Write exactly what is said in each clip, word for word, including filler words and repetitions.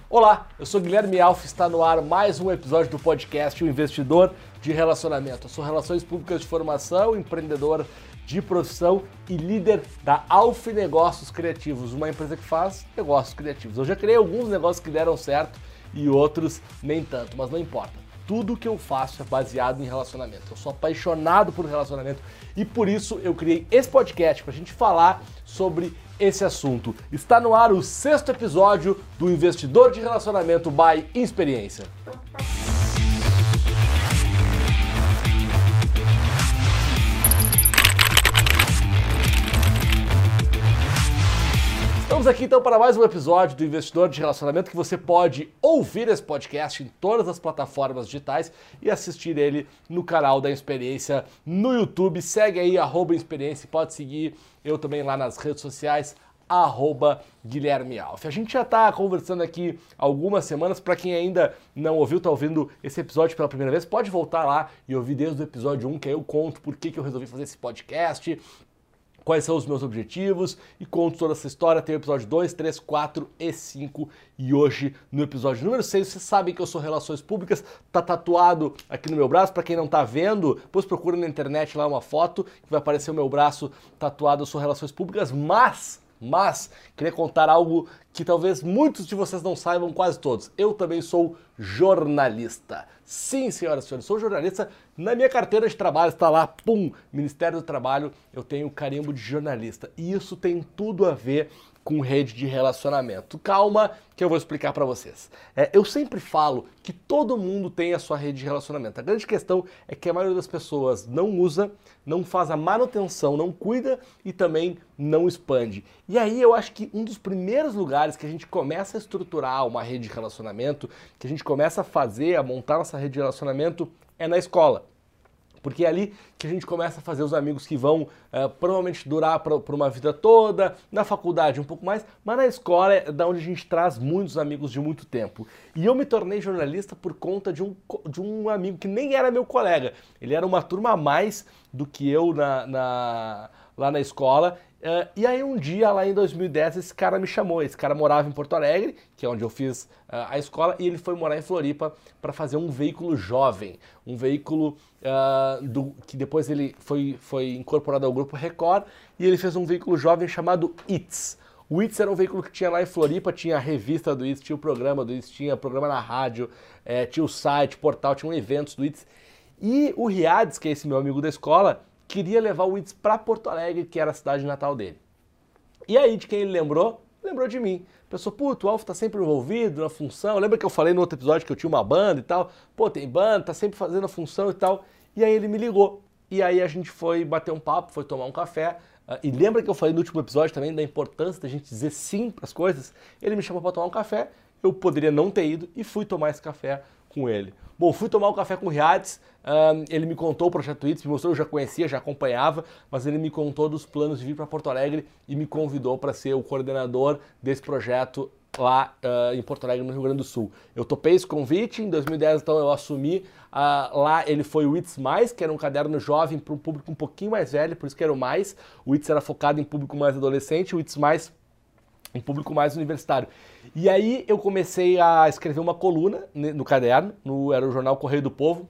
Olá, eu sou Guilherme Alf, está no ar mais um episódio do podcast O Investidor de Relacionamento. Eu sou Relações Públicas de Formação, empreendedor de profissão e líder da Alf Negócios Criativos, uma empresa que faz negócios criativos. Eu já criei alguns negócios que deram certo e outros nem tanto, mas não importa. Tudo que eu faço é baseado em relacionamento. Eu sou apaixonado por relacionamento e por isso eu criei esse podcast para a gente falar sobre esse assunto. Está no ar o sexto episódio do Investidor de Relacionamento by Insperiência. Estamos aqui então para mais um episódio do Investidor de Relacionamento, que você pode ouvir esse podcast em todas as plataformas digitais e assistir ele no canal da Insperiência no YouTube. Segue aí, arroba Insperiência, pode seguir eu também lá nas redes sociais, arroba Guilherme Alf. A gente já está conversando aqui algumas semanas. Para quem ainda não ouviu, está ouvindo esse episódio pela primeira vez, pode voltar lá e ouvir desde o episódio um, que aí eu conto por que, que eu resolvi fazer esse podcast, quais são os meus objetivos e conto toda essa história. Tem o episódio dois, três, quatro e cinco e hoje no episódio número seis, vocês sabem que eu sou Relações Públicas, tá tatuado aqui no meu braço. Para quem não tá vendo, depois procura na internet lá uma foto que vai aparecer o meu braço tatuado. Eu sou Relações Públicas, mas, mas, queria contar algo que talvez muitos de vocês não saibam, quase todos. Eu também sou jornalista. Sim, senhoras e senhores, sou jornalista. Na minha carteira de trabalho está lá, pum, Ministério do Trabalho, eu tenho o carimbo de jornalista. E isso tem tudo a ver com rede de relacionamento. Calma que eu vou explicar para vocês. É, eu sempre falo que todo mundo tem a sua rede de relacionamento. A grande questão é que a maioria das pessoas não usa, não faz a manutenção, não cuida e também não expande. E aí eu acho que um dos primeiros lugares que a gente começa a estruturar uma rede de relacionamento, que a gente começa a fazer, a montar nossa rede de relacionamento, é na escola. Porque é ali que a gente começa a fazer os amigos que vão uh, provavelmente durar por uma vida toda, na faculdade um pouco mais, mas na escola é da onde a gente traz muitos amigos de muito tempo. E eu me tornei jornalista por conta de um, de um amigo que nem era meu colega. Ele era uma turma a mais do que eu na, na, lá na escola. Uh, e aí um dia, lá em dois mil e dez, esse cara me chamou. Esse cara morava em Porto Alegre, que é onde eu fiz uh, a escola, e ele foi morar em Floripa para fazer um veículo jovem, um veículo uh, do, que depois ele foi, foi incorporado ao Grupo Record, e ele fez um veículo jovem chamado I T S. O I T S era um veículo que tinha lá em Floripa, tinha a revista do I T S, tinha o programa do I T S, tinha programa na rádio, eh, tinha o site, portal, tinha eventos do I T S. E o Riades, que é esse meu amigo da escola, queria levar o I T S para Porto Alegre, que era a cidade natal dele. E aí, de quem ele lembrou? Lembrou de mim. Pensou, puto, o Alf tá sempre envolvido na função. Lembra que eu falei no outro episódio que eu tinha uma banda e tal? Pô, tem banda, tá sempre fazendo a função e tal. E aí ele me ligou. E aí a gente foi bater um papo, foi tomar um café. Uh, e lembra que eu falei no último episódio também da importância da gente dizer sim para as coisas? Ele me chamou para tomar um café. Eu poderia não ter ido e fui tomar esse café com ele. Bom, fui tomar um café com o Riades, um, ele me contou o projeto I T S, me mostrou, eu já conhecia, já acompanhava, mas ele me contou dos planos de vir para Porto Alegre e me convidou para ser o coordenador desse projeto lá uh, em Porto Alegre, no Rio Grande do Sul. Eu topei esse convite, em dois mil e dez então eu assumi, uh, lá ele foi o I T S Mais, que era um caderno jovem para um público um pouquinho mais velho, por isso que era o Mais, o I T S era focado em público mais adolescente, o I T S Mais um público mais universitário. E aí eu comecei a escrever uma coluna no caderno, no, era o jornal Correio do Povo,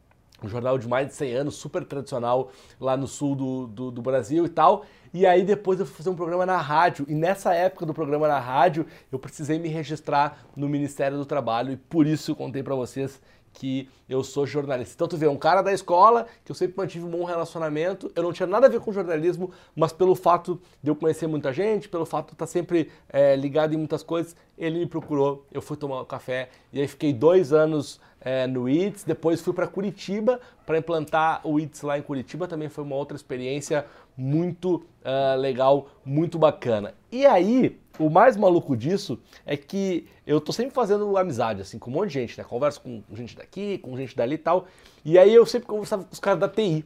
um jornal de mais de cem anos, super tradicional lá no sul do, do, do Brasil e tal. E aí depois eu fui fazer um programa na rádio, e nessa época do programa na rádio eu precisei me registrar no Ministério do Trabalho, e por isso eu contei para vocês que eu sou jornalista. Então tu vê, um cara da escola, que eu sempre mantive um bom relacionamento, eu não tinha nada a ver com jornalismo, mas pelo fato de eu conhecer muita gente, pelo fato de estar sempre é, ligado em muitas coisas, ele me procurou, eu fui tomar um café, e aí fiquei dois anos é, no I T S, depois fui para Curitiba para implantar o I T S lá em Curitiba, também foi uma outra experiência muito uh, legal, muito bacana. E aí, o mais maluco disso é que eu tô sempre fazendo amizade, assim, com um monte de gente, né? Converso com gente daqui, com gente dali e tal. E aí eu sempre conversava com os caras da T I,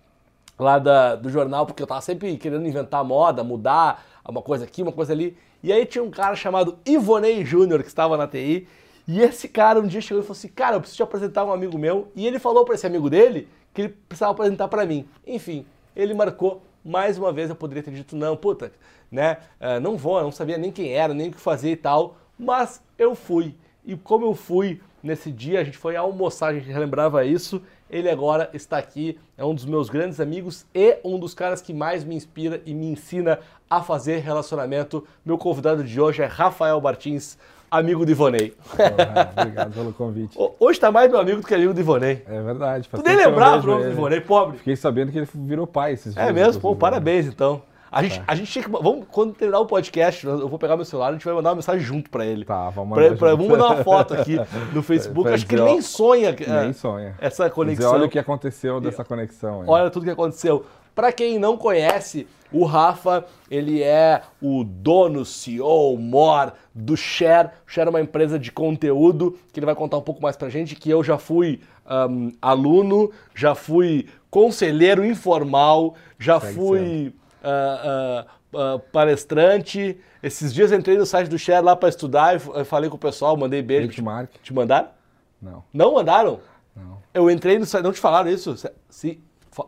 lá da, do jornal, porque eu tava sempre querendo inventar moda, mudar uma coisa aqui, uma coisa ali. E aí tinha um cara chamado Ivonei Júnior, que estava na T I, e esse cara um dia chegou e falou assim, cara, eu preciso te apresentar um amigo meu. E ele falou para esse amigo dele que ele precisava apresentar para mim. Enfim, ele marcou. Mais uma vez eu poderia ter dito não, puta, né, uh, não vou, eu não sabia nem quem era, nem o que fazer e tal, mas eu fui. E como eu fui nesse dia, a gente foi almoçar, a gente relembrava isso, ele agora está aqui, é um dos meus grandes amigos e um dos caras que mais me inspira e me ensina a fazer relacionamento. Meu convidado de hoje é Rafael Martins, amigo do Ivonei. Oh, obrigado pelo convite. Hoje tá mais meu amigo do que amigo do Ivonei. É verdade. Tu nem lembrava o nome do Ivonei, pobre. Fiquei sabendo que ele virou pai esses dias. É mesmo? Pô, parabéns então. A gente, tá. a gente tinha que... Vamos, quando terminar o podcast, eu vou pegar meu celular e a gente vai mandar uma mensagem junto pra ele. Tá, vamos mandar pra, pra, Vamos mandar uma foto aqui no Facebook. Acho que ele nem sonha. Nem sonha. Essa conexão. Dizer, olha o que aconteceu dessa conexão. Aí. Olha tudo que aconteceu. Pra quem não conhece, o Rafa, ele é o dono, C E O, mor do Share. O Share é uma empresa de conteúdo que ele vai contar um pouco mais pra gente, que eu já fui um, aluno, já fui conselheiro informal, já Segue fui uh, uh, uh, palestrante. Esses dias eu entrei no site do Share lá pra estudar e falei com o pessoal, mandei beijo. Benchmark. Te mandaram? Não. Não mandaram? Não. Eu entrei no site, não te falaram isso? Sim.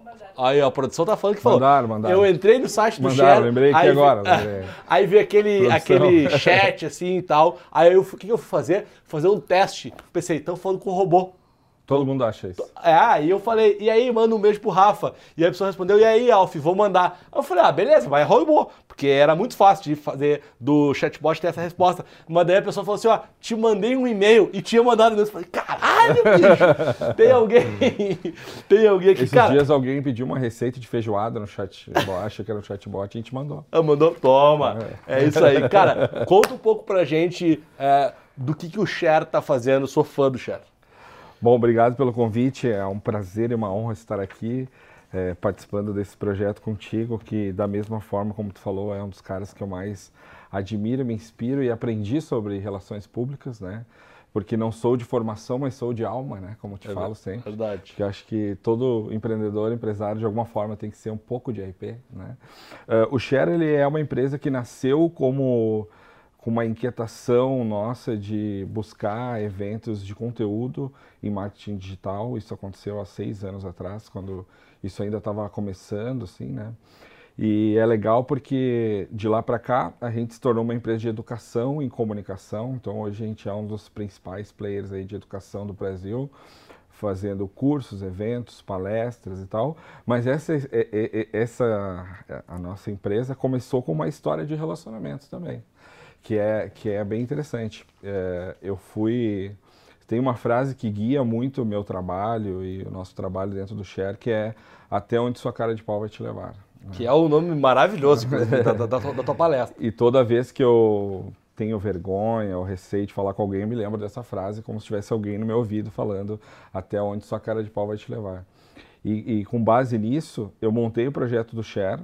Aí a produção tá falando que falou. Mandaram, mandaram. Eu entrei no site do mandaram, Share. Lembrei aqui aí agora. Vi, lembrei. Aí vi aquele, aquele chat assim e tal. Aí eu, o que, que eu fui fazer? Fazer um teste. Pensei, estão falando com o robô. Todo mundo acha isso. É, aí eu falei, e aí, manda um beijo pro Rafa. E aí a pessoa respondeu, e aí, Alf, vou mandar. Aí eu falei, ah, beleza, vai robô. Porque era muito fácil de fazer do chatbot ter essa resposta. Mas daí a pessoa falou assim, ó, te mandei um e-mail e tinha mandado e-mail. Eu falei, caralho, bicho, tem alguém, tem alguém aqui, Esses cara. dias alguém pediu uma receita de feijoada no chatbot, acha que era um chatbot e a gente mandou. Ah, mandou? Toma. É. é isso aí. Cara, conta um pouco pra gente é, do que, que o Share tá fazendo. Sou fã do Share. Bom, obrigado pelo convite, é um prazer e uma honra estar aqui é, participando desse projeto contigo, que da mesma forma como tu falou, é um dos caras que eu mais admiro, me inspiro e aprendi sobre relações públicas, né? Porque não sou de formação, mas sou de alma, né? Como te é falo sempre. Verdade. Que acho que todo empreendedor, empresário, de alguma forma tem que ser um pouco de R P, né? Uh, o Share, ele é uma empresa que nasceu como... com uma inquietação nossa de buscar eventos de conteúdo em marketing digital. Isso aconteceu há seis anos atrás, quando isso ainda estava começando, assim, né? E é legal porque de lá para cá a gente se tornou uma empresa de educação em comunicação. Então hoje a gente é um dos principais players aí de educação do Brasil, fazendo cursos, eventos, palestras e tal. Mas essa, essa a nossa empresa começou com uma história de relacionamentos também. Que é, que é bem interessante. É, eu fui... Tem uma frase que guia muito o meu trabalho e o nosso trabalho dentro do Share, que é até onde sua cara de pau vai te levar. Que é um nome maravilhoso da, da, da, da tua palestra. E toda vez que eu tenho vergonha ou receio de falar com alguém, eu me lembro dessa frase como se tivesse alguém no meu ouvido falando até onde sua cara de pau vai te levar. E, e com base nisso, eu montei o projeto do Share,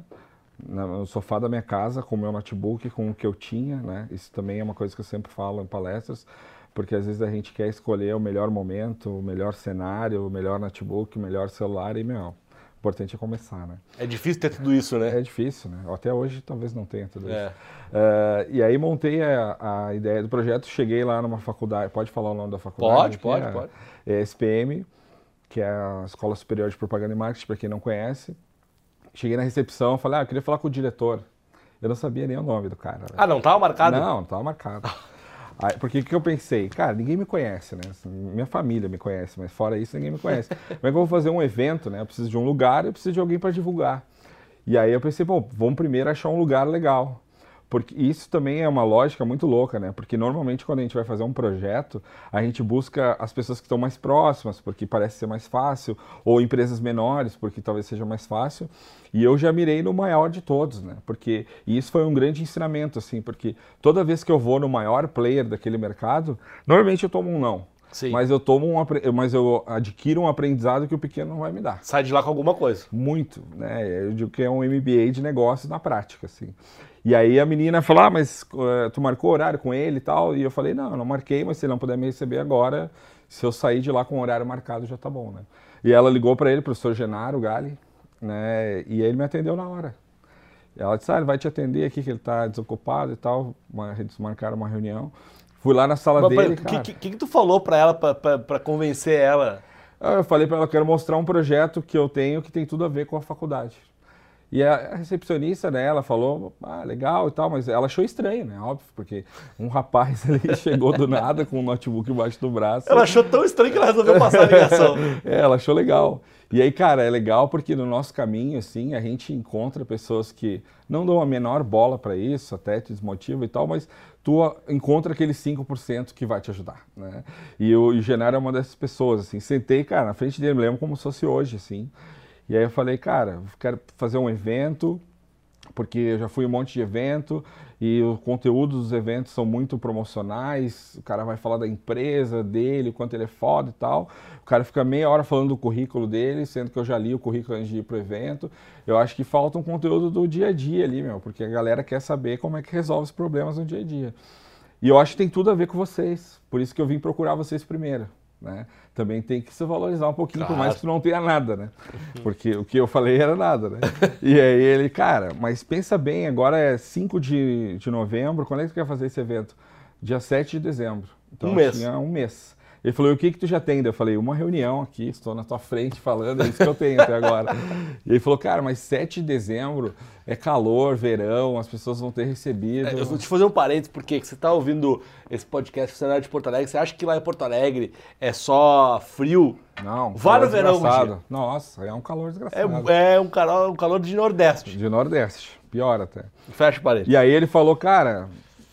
no sofá da minha casa, com o meu notebook, com o que eu tinha, né? Isso também é uma coisa que eu sempre falo em palestras, porque às vezes a gente quer escolher o melhor momento, o melhor cenário, o melhor notebook, o melhor celular e, meu, o importante é começar, né? É difícil ter tudo isso, né? É difícil, né? Até hoje talvez não tenha tudo é. isso. Uh, e aí montei a, a ideia do projeto, cheguei lá numa faculdade, pode falar o nome da faculdade? Pode, pode, é, pode. É S P M, que é a Escola Superior de Propaganda e Marketing, para quem não conhece. Cheguei na recepção, falei, ah, eu queria falar com o diretor. Eu não sabia nem o nome do cara. Né? Ah, não estava marcado? Não, não estava marcado. Aí, porque o que eu pensei? Cara, ninguém me conhece, né? Assim, minha família me conhece, mas fora isso ninguém me conhece. Como é que eu vou fazer um evento, né? Eu preciso de um lugar, eu preciso de alguém para divulgar. E aí eu pensei, bom, vamos primeiro achar um lugar legal. Porque isso também é uma lógica muito louca, né? Porque normalmente quando a gente vai fazer um projeto, a gente busca as pessoas que estão mais próximas, porque parece ser mais fácil, ou empresas menores, porque talvez seja mais fácil. E eu já mirei no maior de todos, né? Porque e isso foi um grande ensinamento, assim, porque toda vez que eu vou no maior player daquele mercado, normalmente eu tomo um não. Sim. Mas eu tomo um, mas eu adquiro um aprendizado que o pequeno não vai me dar. Sai de lá com alguma coisa. Muito, né? Eu digo que é um M B A de negócios na prática, assim. E aí a menina falou, ah, mas uh, tu marcou horário com ele e tal? E eu falei, não, eu não marquei, mas se ele não puder me receber agora, se eu sair de lá com o horário marcado já tá bom, né? E ela ligou para ele, professor Genaro Gali, né? E ele me atendeu na hora. Ela disse, ah, ele vai te atender aqui, que ele tá desocupado e tal. Uma, eles marcaram uma reunião. Fui lá na sala mas, dele, O cara. que, que, que tu falou para ela para convencer ela? Eu falei para ela, eu quero mostrar um projeto que eu tenho que tem tudo a ver com a faculdade. E a recepcionista, né, ela falou, ah, legal e tal, mas ela achou estranho, né, óbvio, porque um rapaz ali chegou do nada com um notebook embaixo do braço. Ela achou tão estranho que ela resolveu passar a ligação. É, ela achou legal. E aí, cara, é legal porque no nosso caminho, assim, a gente encontra pessoas que não dão a menor bola para isso, até te desmotiva e tal, mas tu encontra aqueles cinco por cento que vai te ajudar, né? E o, e o Genaro é uma dessas pessoas, assim. Sentei, cara, na frente dele, me lembro como se fosse hoje, assim. E aí eu falei, cara, quero fazer um evento, porque eu já fui em um monte de evento e o conteúdo dos eventos são muito promocionais, o cara vai falar da empresa dele, o quanto ele é foda e tal. O cara fica meia hora falando do currículo dele, sendo que eu já li o currículo antes de ir pro evento. Eu acho que falta um conteúdo do dia a dia ali, meu, porque a galera quer saber como é que resolve os problemas no dia a dia. E eu acho que tem tudo a ver com vocês, por isso que eu vim procurar vocês primeiro. Né? Também tem que se valorizar um pouquinho, claro. Por mais que tu não tenha nada, né? Porque o que eu falei era nada, né? E aí ele, cara, mas pensa bem, agora é cinco de novembro, quando é que tu quer fazer esse evento? Dia sete de dezembro. Então um mês. Tinha um mês. Ele falou, e o que que tu já tem? Eu falei, uma reunião aqui, estou na tua frente falando, é isso que eu tenho até agora. E ele falou, cara, mas sete de dezembro é calor, verão, as pessoas vão ter recebido. É, eu vou te fazer um parênteses, porque você está ouvindo esse podcast, você não é de Porto Alegre, você acha que lá em Porto Alegre é só frio? Não, vá no verão, desgraçado. Nossa, é um calor desgraçado. É, é um, calor, um calor de Nordeste. De Nordeste, pior até. Fecha o parênteses. E aí ele falou, cara,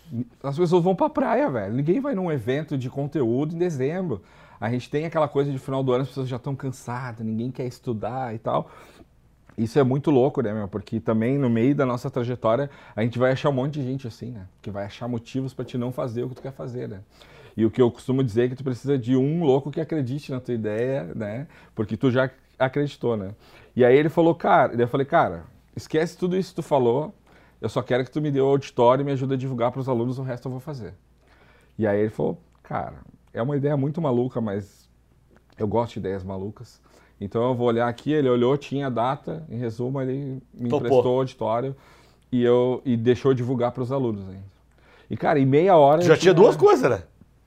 as pessoas vão pra praia, velho. Ninguém vai num evento de conteúdo em dezembro. A gente tem aquela coisa de final do ano, as pessoas já estão cansadas, ninguém quer estudar e tal. Isso é muito louco, né, meu? Porque também no meio da nossa trajetória a gente vai achar um monte de gente assim, né? Que vai achar motivos pra te não fazer o que tu quer fazer, né? E o que eu costumo dizer é que tu precisa de um louco que acredite na tua ideia, né? Porque tu já acreditou, né? E aí ele falou, cara, eu falei, cara, esquece tudo isso que tu falou, eu só quero que tu me dê o auditório e me ajude a divulgar para os alunos, o resto eu vou fazer. E aí ele falou, cara, é uma ideia muito maluca, mas eu gosto de ideias malucas. Então eu vou olhar aqui, ele olhou, tinha a data, em resumo, ele me Topou. emprestou o auditório e, eu, e deixou divulgar para os alunos ainda. E, cara, em meia hora... Já tinha duas coisas, né?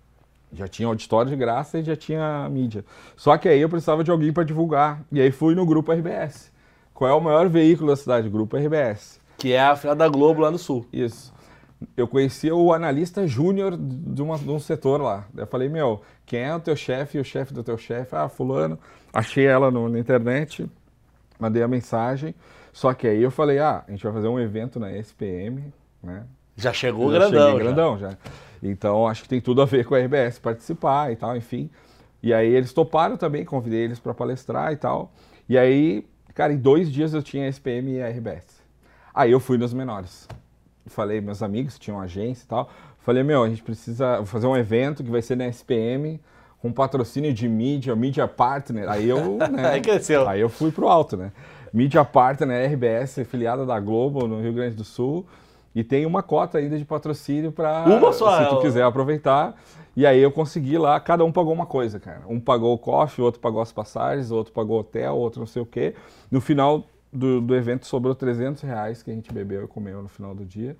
Já tinha auditório de graça e já tinha mídia. Só que aí eu precisava de alguém para divulgar. E aí fui no Grupo R B S. Qual é o maior veículo da cidade? Grupo R B S. Que é a filial da Globo lá no Sul. Isso. Eu conhecia o analista júnior de, uma, de um setor lá. Eu falei, meu, quem é o teu chefe e o chefe do teu chefe? Ah, fulano. Achei ela no, na internet, mandei a mensagem. Só que aí eu falei, ah, a gente vai fazer um evento na S P M, né? Já chegou já grandão. Cheguei grandão já. já. Então acho que tem tudo a ver com a R B S participar e tal, enfim. E aí eles toparam também, convidei eles para palestrar e tal. E aí, cara, em dois dias eu tinha a S P M e a R B S. Aí eu fui nos menores. Falei, meus amigos tinham agência e tal. Falei, meu, a gente precisa fazer um evento que vai ser na S P M, com patrocínio de mídia, mídia partner. Aí eu, né? Aí cresceu. Aí eu fui pro alto, né? Mídia partner, R B S, filiada da Globo no Rio Grande do Sul. E tem uma cota ainda de patrocínio para uma só, se tu quiser aproveitar. E aí eu consegui lá, cada um pagou uma coisa, cara. Um pagou o coffee, outro pagou as passagens, outro pagou hotel, outro não sei o quê. No final do, do evento sobrou trezentos reais que a gente bebeu e comeu no final do dia.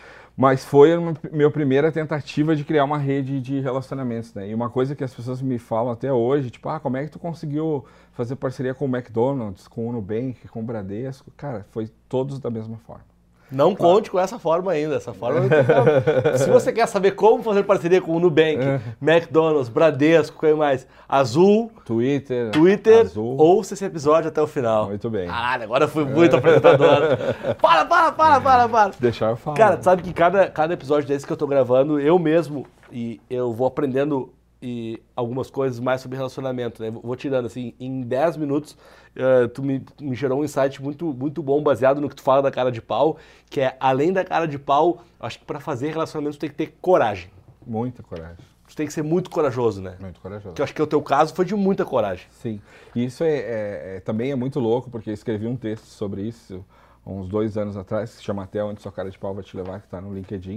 Mas foi a minha primeira tentativa de criar uma rede de relacionamentos, né? E uma coisa que as pessoas me falam até hoje, tipo, ah, como é que tu conseguiu fazer parceria com o McDonald's, com o Nubank, com o Bradesco? Cara, foi todos da mesma forma. Não claro. Conte com essa forma ainda, essa forma não tem como. Se você quer saber como fazer parceria com o Nubank, é. McDonald's, Bradesco, quem mais? Azul, Twitter, Twitter Azul. Ouça esse episódio até o final. Muito bem. Caralho, agora eu fui muito apresentador. Para, para, para, para, para. Deixar eu falar. Cara, tu sabe que cada, cada episódio desse que eu tô gravando, eu mesmo, e eu vou aprendendo e algumas coisas mais sobre relacionamento, né? Vou tirando, assim, em dez minutos, uh, tu me, me gerou um insight muito, muito bom, baseado no que tu fala da cara de pau, que é, além da cara de pau, acho que para fazer relacionamento tu tem que ter coragem. Muita coragem. Tu tem que ser muito corajoso, né? Muito corajoso. Que eu acho que o teu caso foi de muita coragem. Sim. E isso é, é, é, também é muito louco, porque eu escrevi um texto sobre isso há uns dois anos atrás, que se chama Até Onde Sua Cara de Pau Vai Te Levar, que está no LinkedIn.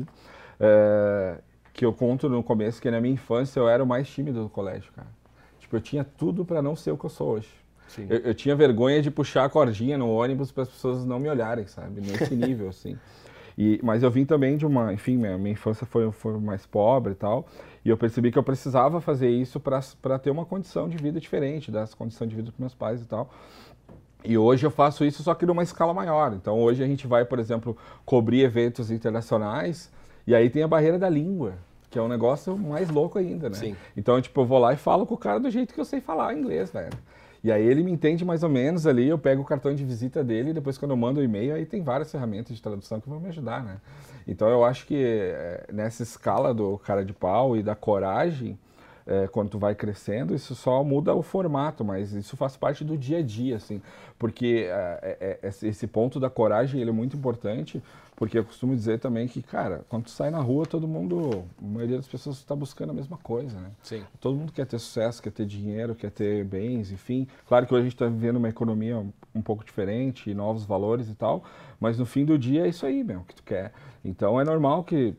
É, que eu conto no começo que na minha infância eu era o mais tímido do colégio, cara. Tipo, eu tinha tudo para não ser o que eu sou hoje. Eu, eu tinha vergonha de puxar a cordinha no ônibus para as pessoas não me olharem, sabe? Nesse nível, assim. E, mas eu vim também de uma... Enfim, minha, minha infância foi, foi mais pobre e tal. E eu percebi que eu precisava fazer isso para ter uma condição de vida diferente, dar essa condição de vida para meus pais e tal. E hoje eu faço isso só que numa escala maior. Então hoje a gente vai, por exemplo, cobrir eventos internacionais e aí tem a barreira da língua, que é um negócio mais louco ainda, né? Sim. Então, tipo, eu vou lá e falo com o cara do jeito que eu sei falar inglês, velho. E aí ele me entende mais ou menos ali, eu pego o cartão de visita dele e depois quando eu mando o e-mail, aí tem várias ferramentas de tradução que vão me ajudar, né? Então eu acho que é, nessa escala do cara de pau e da coragem, É, quando tu vai crescendo, isso só muda o formato, mas isso faz parte do dia a dia, assim, porque é, é, esse ponto da coragem, ele é muito importante, porque eu costumo dizer também que, cara, quando tu sai na rua, todo mundo, a maioria das pessoas está buscando a mesma coisa, né? Sim. Todo mundo quer ter sucesso, quer ter dinheiro, quer ter bens, enfim. Claro que hoje a gente está vivendo uma economia um, um pouco diferente, novos valores e tal, mas no fim do dia é isso aí, meu, que tu quer. Então é normal que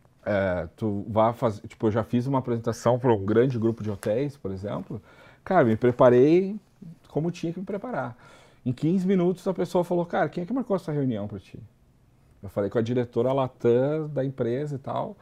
É, tu vai fazer, tipo, eu já fiz uma apresentação para um grande grupo de hotéis, por exemplo. Cara, me preparei como tinha que me preparar. Em quinze minutos a pessoa falou, cara, quem é que marcou essa reunião para ti? Eu falei com a diretora Latam da empresa e tal,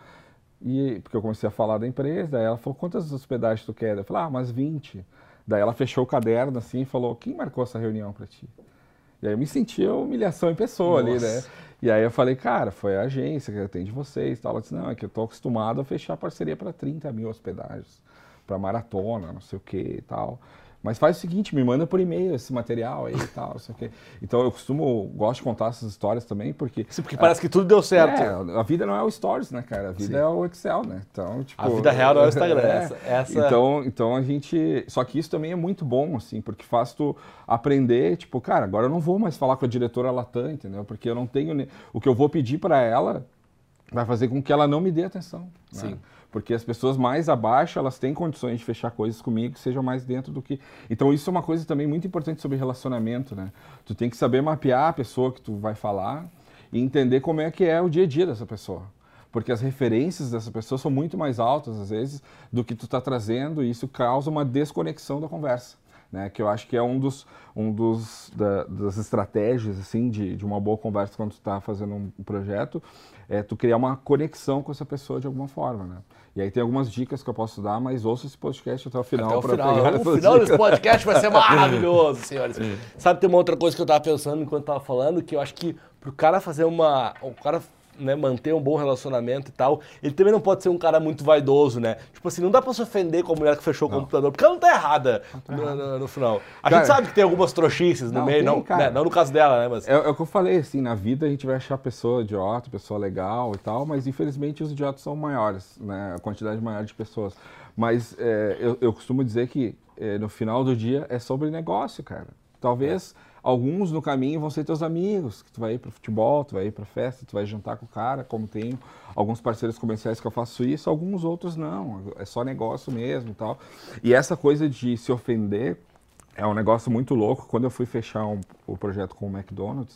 e, porque eu comecei a falar da empresa, aí ela falou, quantas hospedagens tu quer? Eu falei, ah, umas vinte. Daí ela fechou o caderno assim e falou, quem marcou essa reunião para ti? E aí eu me senti a humilhação em pessoa. Nossa. Ali, né? E aí eu falei, cara, foi a agência que atende vocês e tal. Ela disse, não, é que eu tô acostumado a fechar parceria para trinta mil hospedagens, para maratona, não sei o que e tal. Mas faz o seguinte, me manda por e-mail esse material aí e tal, não sei o quê. Então eu costumo, gosto de contar essas histórias também, porque... Sim, porque parece que tudo deu certo. É, a vida não é o Stories, né, cara? A vida Sim. é o Excel, né? Então, tipo... A vida real não é o Instagram. É, essa, essa... Então, então a gente... Só que isso também é muito bom, assim, porque faz tu aprender, tipo, cara, agora eu não vou mais falar com a diretora Latam, entendeu? Porque eu não tenho... O que eu vou pedir para ela vai fazer com que ela não me dê atenção. Sim. Né? Porque as pessoas mais abaixo, elas têm condições de fechar coisas comigo que sejam mais dentro do que... Então isso é uma coisa também muito importante sobre relacionamento, né? Tu tem que saber mapear a pessoa que tu vai falar e entender como é que é o dia a dia dessa pessoa. Porque as referências dessa pessoa são muito mais altas, às vezes, do que tu tá trazendo, e isso causa uma desconexão da conversa. Né, que eu acho que é um dos, um dos da, das estratégias assim, de, de uma boa conversa quando tu está fazendo um projeto, é tu criar uma conexão com essa pessoa de alguma forma, né? E aí tem algumas dicas que eu posso dar, mas ouça esse podcast até o final. Até o final, o final desse podcast vai ser maravilhoso, senhores. Sabe, tem uma outra coisa que eu estava pensando enquanto estava falando, que eu acho que pro cara fazer uma... O cara, né, manter um bom relacionamento e tal, ele também não pode ser um cara muito vaidoso, né? Tipo assim, não dá pra se ofender com a mulher que fechou o não. computador, porque ela não tá errada não tá no, no, no final. A cara, gente sabe que tem algumas trouxices no não, meio, tem, não, né, não no caso dela, né? Mas... É, é o que eu falei, assim, na vida a gente vai achar pessoa idiota, pessoa legal e tal, mas infelizmente os idiotas são maiores, né? A quantidade maior de pessoas. Mas é, eu, eu costumo dizer que é, no final do dia é sobre negócio, cara. Talvez... É. Alguns no caminho vão ser teus amigos, que tu vai ir pro futebol, tu vai ir pra festa, tu vai jantar com o cara, como tem alguns parceiros comerciais que eu faço isso, alguns outros não, é só negócio mesmo e tal. E essa coisa de se ofender é um negócio muito louco. Quando eu fui fechar um, o projeto com o McDonald's,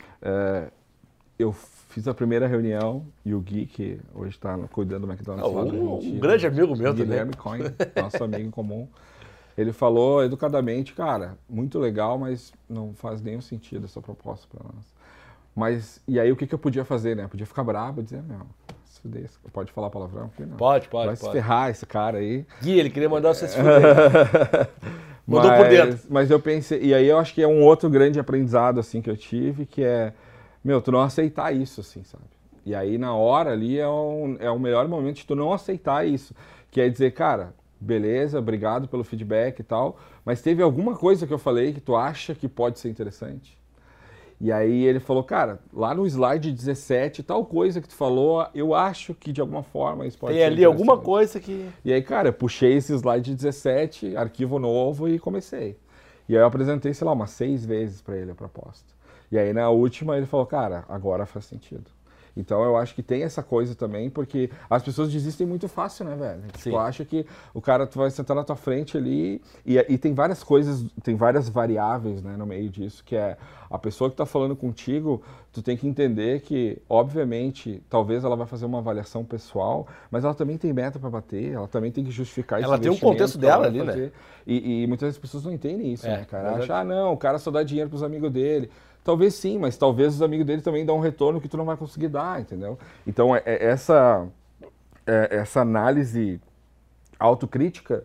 é, eu fiz a primeira reunião e o Gui, que hoje está cuidando do McDonald's, oh, lá um, Argentina, um grande amigo meu também. Guilherme Coin, nosso amigo em comum. Ele falou educadamente, cara, muito legal, mas não faz nenhum sentido essa proposta para nós. Mas, e aí o que, que eu podia fazer, né? Eu podia ficar bravo e dizer, meu, se fuder, pode falar palavrão aqui? Não. Pode, pode, Vai pode. se ferrar esse cara aí. Gui, ele queria mandar você se fuder. Mandou por dentro. Mas eu pensei, e aí eu acho que é um outro grande aprendizado, assim, que eu tive, que é, meu, tu não aceitar isso, assim, sabe? E aí na hora ali é, um, é o melhor momento de tu não aceitar isso, que é dizer, cara... Beleza, obrigado pelo feedback e tal, mas teve alguma coisa que eu falei que tu acha que pode ser interessante? E aí ele falou, cara, lá no slide dezessete, tal coisa que tu falou, eu acho que de alguma forma isso pode Tem ser ali alguma coisa que... E aí, cara, eu puxei esse slide dezessete, arquivo novo e comecei. E aí eu apresentei, sei lá, umas seis vezes para ele a proposta. E aí na última ele falou, cara, agora faz sentido. Então eu acho que tem essa coisa também, porque as pessoas desistem muito fácil, né, velho? Tu acha que o cara, tu vai sentar na tua frente ali e, e tem várias coisas, tem várias variáveis, né, no meio disso, que é a pessoa que tá falando contigo, tu tem que entender que, obviamente, talvez ela vai fazer uma avaliação pessoal, mas ela também tem meta para bater, ela também tem que justificar isso. Ela tem um contexto dela ali, fazer. né? E, e muitas pessoas não entendem isso, é, né, cara? Acha, ah, não, o cara só dá dinheiro pros amigos dele. Talvez sim, mas talvez os amigos dele também dão um retorno que tu não vai conseguir dar, entendeu? Então, é, é essa, é, essa análise autocrítica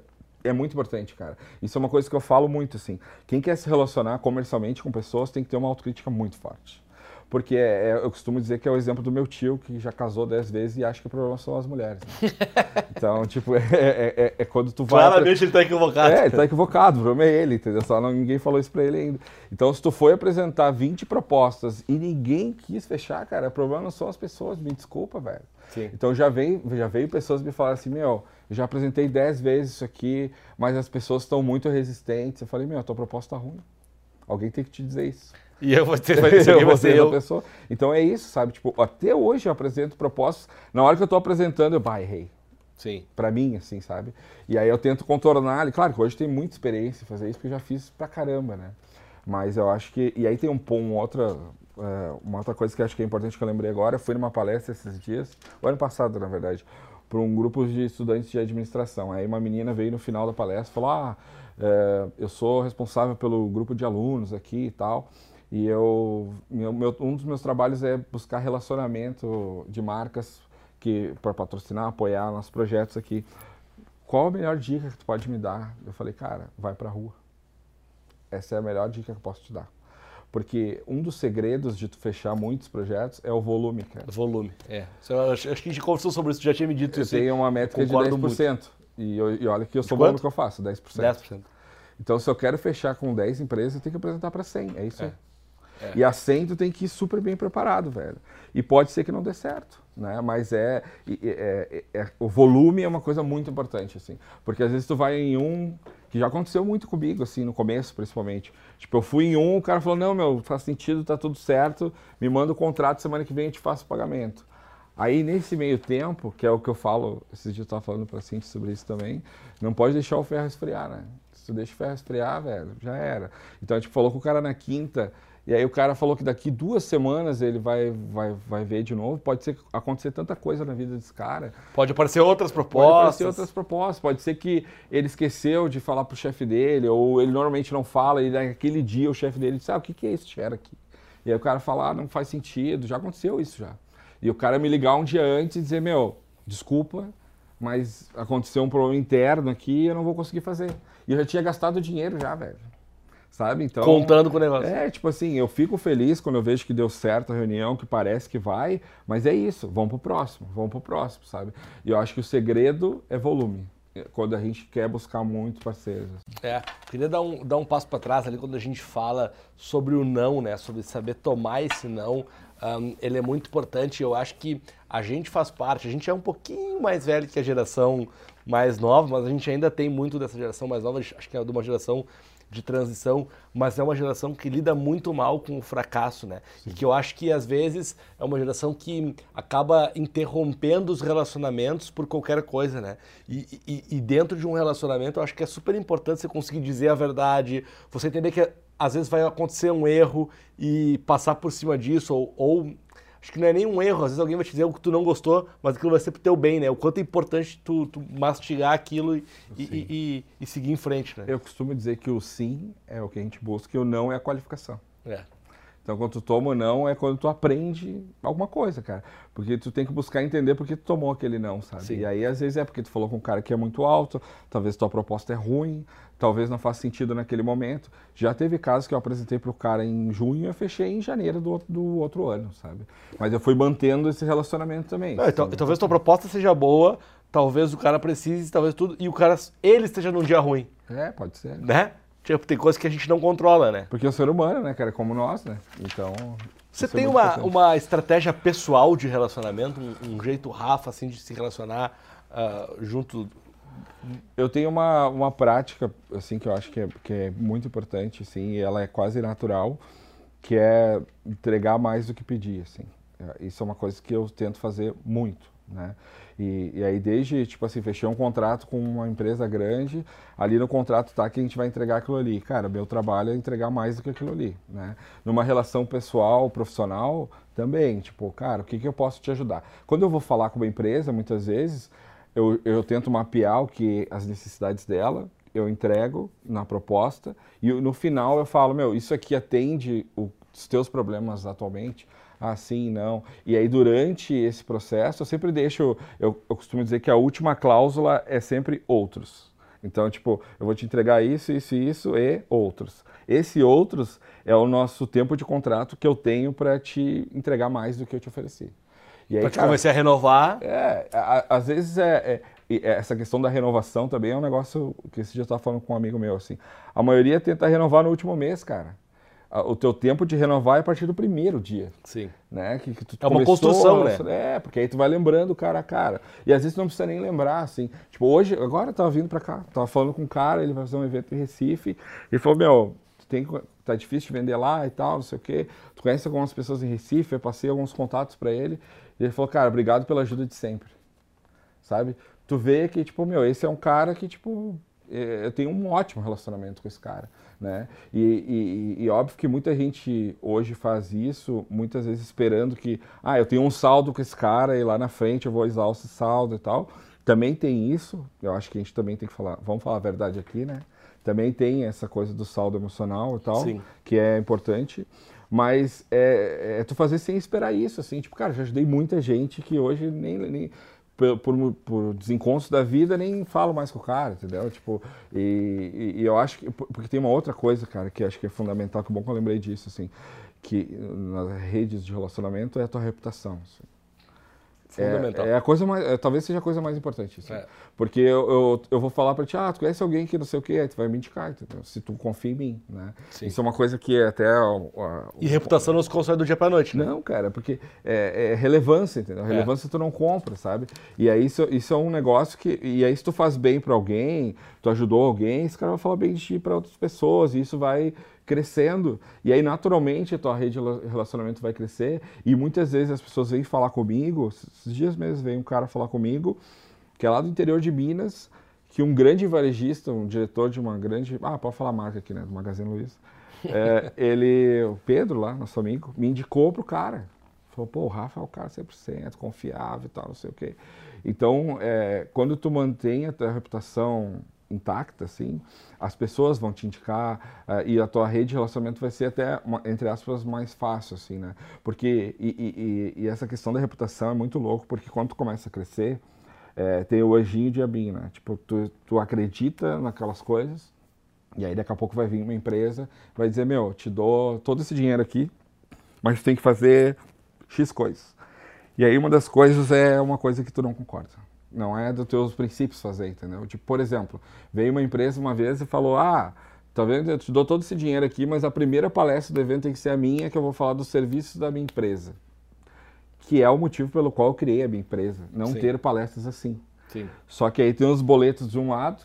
é muito importante, cara. Isso é uma coisa que eu falo muito, assim. Quem quer se relacionar comercialmente com pessoas tem que ter uma autocrítica muito forte. Porque é, é, eu costumo dizer que é o exemplo do meu tio, que já casou dez vezes e acha que o problema são as mulheres. Né? Então, tipo, é, é, é, é quando tu vai... Claramente ele tá equivocado. É, ele tá equivocado, o problema é ele, entendeu? Só não, ninguém falou isso pra ele ainda. Então, se tu foi apresentar vinte propostas e ninguém quis fechar, cara, o problema não são as pessoas, me desculpa, velho. Sim. Então, já veio, já veio pessoas me falar assim, meu, eu já apresentei dez vezes isso aqui, mas as pessoas estão muito resistentes. Eu falei, meu, a tua proposta tá ruim. Alguém tem que te dizer isso. E eu vou ter, vai ser, eu vai ser eu. Pessoa. Então é isso, sabe? Tipo, até hoje eu apresento propostas, na hora que eu tô apresentando, eu, bah, errei. Sim. Pra mim, assim, sabe? E aí eu tento contornar, e claro que hoje tem muita experiência em fazer isso, porque eu já fiz pra caramba, né? Mas eu acho que, e aí tem um, um outra, uma outra coisa que eu acho que é importante que eu lembrei agora, eu fui numa palestra esses dias, o ano passado, na verdade, para um grupo de estudantes de administração. Aí uma menina veio no final da palestra e falou, ah, é, eu sou responsável pelo grupo de alunos aqui e tal, e eu, meu, meu, um dos meus trabalhos é buscar relacionamento de marcas para patrocinar, apoiar nossos projetos aqui. Qual a melhor dica que tu pode me dar? Eu falei, cara, vai pra rua. Essa é a melhor dica que eu posso te dar. Porque um dos segredos de tu fechar muitos projetos é o volume, cara. Volume, é. Eu acho que a gente conversou sobre isso, tu já tinha me dito eu isso. Eu tenho uma métrica de dez por cento. E, eu, e olha que eu sou bom no que eu faço, dez por cento. dez por cento. Então, se eu quero fechar com dez empresas, eu tenho que apresentar para cem. É isso é. aí. É. E a cem tu tem que ir super bem preparado, velho. E pode ser que não dê certo, né? Mas é, é, é, é o volume é uma coisa muito importante, assim. Porque às vezes tu vai em um, que já aconteceu muito comigo, assim, no começo, principalmente. Tipo, eu fui em um, o cara falou, não, meu, faz sentido, tá tudo certo, me manda o contrato, semana que vem eu te faço o pagamento. Aí, nesse meio tempo, que é o que eu falo, esses dias eu tava falando pra Cintia sobre isso também, não pode deixar o ferro esfriar, né? Se tu deixa o ferro esfriar, velho, já era. Então, a gente falou com o cara na quinta, e aí o cara falou que daqui duas semanas ele vai, vai, vai ver de novo. Pode ser acontecer tanta coisa na vida desse cara. Pode aparecer outras propostas. Pode aparecer outras propostas. Pode ser que ele esqueceu de falar pro chefe dele, ou ele normalmente não fala, e naquele dia o chefe dele disse, ah, o que, que é esse share aqui? E aí o cara fala, ah, não faz sentido, já aconteceu isso já. E o cara me ligar um dia antes e dizer, meu, desculpa, mas aconteceu um problema interno aqui e eu não vou conseguir fazer. E eu já tinha gastado dinheiro já, velho. Sabe? Então, contando com o negócio. É, tipo assim, eu fico feliz quando eu vejo que deu certo a reunião, que parece que vai, mas é isso, vamos pro próximo, vamos pro próximo, sabe? E eu acho que o segredo é volume, quando a gente quer buscar muitos parceiros. É, queria dar um, dar um passo para trás ali quando a gente fala sobre o não, né? Sobre saber tomar esse não. Um, ele é muito importante. Eu acho que a gente faz parte, a gente é um pouquinho mais velho que a geração mais nova, mas a gente ainda tem muito dessa geração mais nova, acho que é de uma geração de transição, mas é uma geração que lida muito mal com o fracasso, né? Sim. E que eu acho que às vezes é uma geração que acaba interrompendo os relacionamentos por qualquer coisa, né? E, e, e dentro de um relacionamento eu acho que é super importante você conseguir dizer a verdade, você entender que às vezes vai acontecer um erro e passar por cima disso, ou, ou acho que não é nem um erro, às vezes alguém vai te dizer algo que tu não gostou, mas aquilo vai ser pro teu bem, né? O quanto é importante tu, tu mastigar aquilo e, e, e, e seguir em frente, né? Eu costumo dizer que o sim é o que a gente busca e o não é a qualificação. É. Então, quando tu toma o não, é quando tu aprende alguma coisa, cara. Porque tu tem que buscar entender por que tu tomou aquele não, sabe? Sim. E aí, às vezes, é porque tu falou com um cara que é muito alto, talvez tua proposta é ruim, talvez não faça sentido naquele momento. Já teve casos que eu apresentei pro cara em junho e eu fechei em janeiro do, do outro ano, sabe? Mas eu fui mantendo esse relacionamento também. É, então, talvez tua proposta seja boa, talvez o cara precise, talvez tudo, e o cara, ele esteja num dia ruim. É, pode ser. Né? Tipo, tem coisas que a gente não controla, né? Porque é o ser humano, né, cara, como nós, né? Então... Você tem é uma, uma estratégia pessoal de relacionamento, um, um jeito Rafa, assim, de se relacionar uh, junto... Eu tenho uma, uma prática, assim, que eu acho que é, que é muito importante, assim, e ela é quase natural, que é entregar mais do que pedir, assim. Isso é uma coisa que eu tento fazer muito, né? E, e aí desde, tipo assim, fechei um contrato com uma empresa grande, ali no contrato tá que a gente vai entregar aquilo ali. Cara, meu trabalho é entregar mais do que aquilo ali, né? Numa relação pessoal, profissional, também, tipo, cara, o que que eu posso te ajudar? Quando eu vou falar com uma empresa, muitas vezes, eu, eu tento mapear o que, as necessidades dela, eu entrego na proposta e no final eu falo, meu, isso aqui atende os teus problemas atualmente? Ah, sim, não. E aí, durante esse processo, eu sempre deixo... Eu, eu costumo dizer que a última cláusula é sempre outros. Então, tipo, eu vou te entregar isso, isso e isso e outros. Esse outros é o nosso tempo de contrato que eu tenho para te entregar mais do que eu te ofereci. E aí, pra te cara, convencer a renovar. É, a- às vezes é, é- é- essa questão da renovação também é um negócio que esse dia eu estava falando com um amigo meu, assim. A maioria tenta renovar no último mês, cara. A- O teu tempo de renovar é a partir do primeiro dia, Sim. né? Que, que tu É uma começou, construção, né? É, porque aí tu vai lembrando cara a cara. E às vezes tu não precisa nem lembrar, assim. Tipo, hoje, agora eu tava vindo pra cá, tava falando com um cara, ele vai fazer um evento em Recife, ele falou, meu, tu tem, que- tá difícil de vender lá e tal, não sei o quê. Tu conhece algumas pessoas em Recife, eu passei alguns contatos pra ele, e ele falou, cara, obrigado pela ajuda de sempre, sabe? Tu vê que, tipo, meu, esse é um cara que, tipo, é, eu tenho um ótimo relacionamento com esse cara, né? E, e, e óbvio que muita gente hoje faz isso, muitas vezes esperando que, ah, eu tenho um saldo com esse cara e lá na frente eu vou usar esse saldo e tal. Também tem isso, eu acho que a gente também tem que falar, vamos falar a verdade aqui, né? Também tem essa coisa do saldo emocional e tal, Sim. que é importante. Mas é, é tu fazer sem esperar isso, assim. Tipo, cara, já ajudei muita gente que hoje nem, nem por, por, por desencontros da vida nem falo mais com o cara, entendeu? Tipo, e, e, e eu acho que... Porque tem uma outra coisa, cara, que acho que é fundamental, que bom que eu lembrei disso, assim. Que nas redes de relacionamento é a tua reputação, assim. Fundamental. É, é a coisa mais, é, talvez seja a coisa mais importante, assim. É. Porque eu, eu, eu vou falar pra ti, ah, tu conhece alguém que não sei o quê, aí tu vai me indicar, entendeu? Se tu confia em mim, né? Sim. Isso é uma coisa que é até... ó, ó, E reputação não se constrói do dia pra noite, né? Não, cara, porque é, é relevância, entendeu? Relevância tu não compra, sabe? E aí isso, isso é um negócio que... E aí se tu faz bem pra alguém, tu ajudou alguém, esse cara vai falar bem de ti pra outras pessoas, e isso vai crescendo. E aí, naturalmente, a tua rede de relacionamento vai crescer. E muitas vezes as pessoas vêm falar comigo, esses dias mesmo veio um cara falar comigo, que é lá do interior de Minas, que um grande varejista, um diretor de uma grande... Ah, pode falar a marca aqui, né? Do Magazine Luiza. É, ele, o Pedro lá, nosso amigo, me indicou pro cara. Falou, pô, o Rafa é o cara cem por cento, confiável e tal, não sei o quê. Então, é, quando tu mantém a tua reputação intacta, assim, as pessoas vão te indicar uh, e a tua rede de relacionamento vai ser até, uma, entre aspas, mais fácil, assim, né? Porque, e, e, e essa questão da reputação é muito louco, porque quando tu começa a crescer, é, tem o anjinho e o diabinho, né? Tipo, tu, tu acredita naquelas coisas, e aí daqui a pouco vai vir uma empresa, vai dizer, meu, te dou todo esse dinheiro aqui, mas tu tem que fazer X coisas. E aí uma das coisas é uma coisa que tu não concorda. Não é dos teus princípios fazer, entendeu? Tipo, por exemplo, veio uma empresa uma vez e falou, ah, tá vendo, eu te dou todo esse dinheiro aqui, mas a primeira palestra do evento tem que ser a minha, que eu vou falar dos serviços da minha empresa. Que é o motivo pelo qual eu criei a minha empresa, não Sim. ter palestras assim. Sim. Só que aí tem os boletos de um lado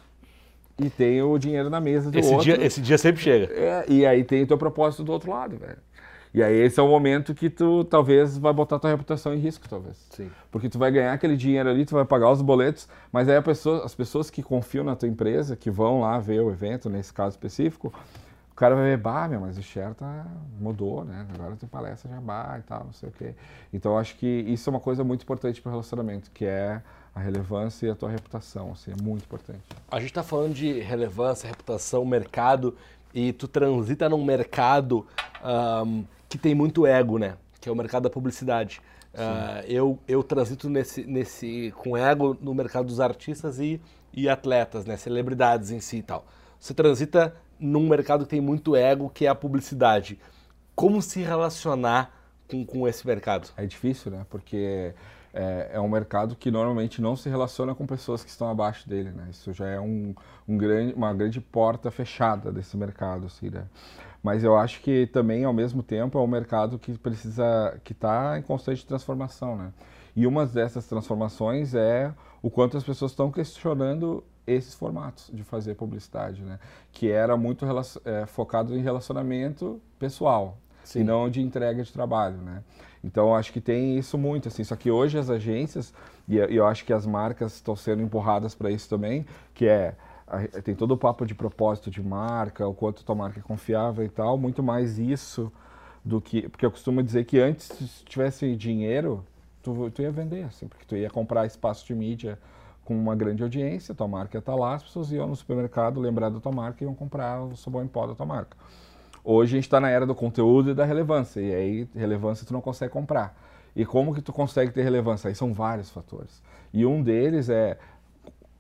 e tem o dinheiro na mesa do Esse outro. dia, esse dia sempre chega. É, e aí tem o teu propósito do outro lado, velho. E aí esse é o momento que tu talvez vai botar tua reputação em risco, talvez. Sim. Porque tu vai ganhar aquele dinheiro ali, tu vai pagar os boletos, mas aí a pessoa, as pessoas que confiam na tua empresa, que vão lá ver o evento, nesse caso específico, o cara vai ver, bah, meu, mas o share tá, mudou, né? Agora tem palestra Jabá e tal, não sei o quê. Então eu acho que isso é uma coisa muito importante para o relacionamento, que é a relevância e a tua reputação, assim, é muito importante. A gente tá falando de relevância, reputação, mercado, e tu transita num mercado um, que tem muito ego, né? Que é o mercado da publicidade. Uh, eu, eu transito nesse, nesse, com ego no mercado dos artistas e, e atletas, né? Celebridades em si e tal. Você transita num mercado que tem muito ego, que é a publicidade. Como se relacionar com, com esse mercado? É difícil, né? Porque é, é um mercado que normalmente não se relaciona com pessoas que estão abaixo dele, né? Isso já é um, um grande, uma grande porta fechada desse mercado, assim, né? Mas eu acho que também, ao mesmo tempo, é um mercado que precisa, que está em constante transformação, né? E uma dessas transformações é o quanto as pessoas estão questionando esses formatos de fazer publicidade, né? Que era muito é, focado em relacionamento pessoal. Sim. E não de entrega de trabalho, né? Então, acho que tem isso muito, assim. Só que hoje as agências, e eu acho que as marcas estão sendo empurradas para isso também, que é, tem todo o papo de propósito de marca, o quanto tua marca é confiável e tal, muito mais isso do que... Porque eu costumo dizer que antes, se tivesse dinheiro, tu, tu ia vender, assim, porque tu ia comprar espaço de mídia com uma grande audiência, tua marca ia estar lá, as pessoas iam no supermercado lembrar da tua marca e iam comprar o sabão em pó da tua marca. Hoje a gente está na era do conteúdo e da relevância, e aí relevância tu não consegue comprar. E como que tu consegue ter relevância? Aí são vários fatores. E um deles é,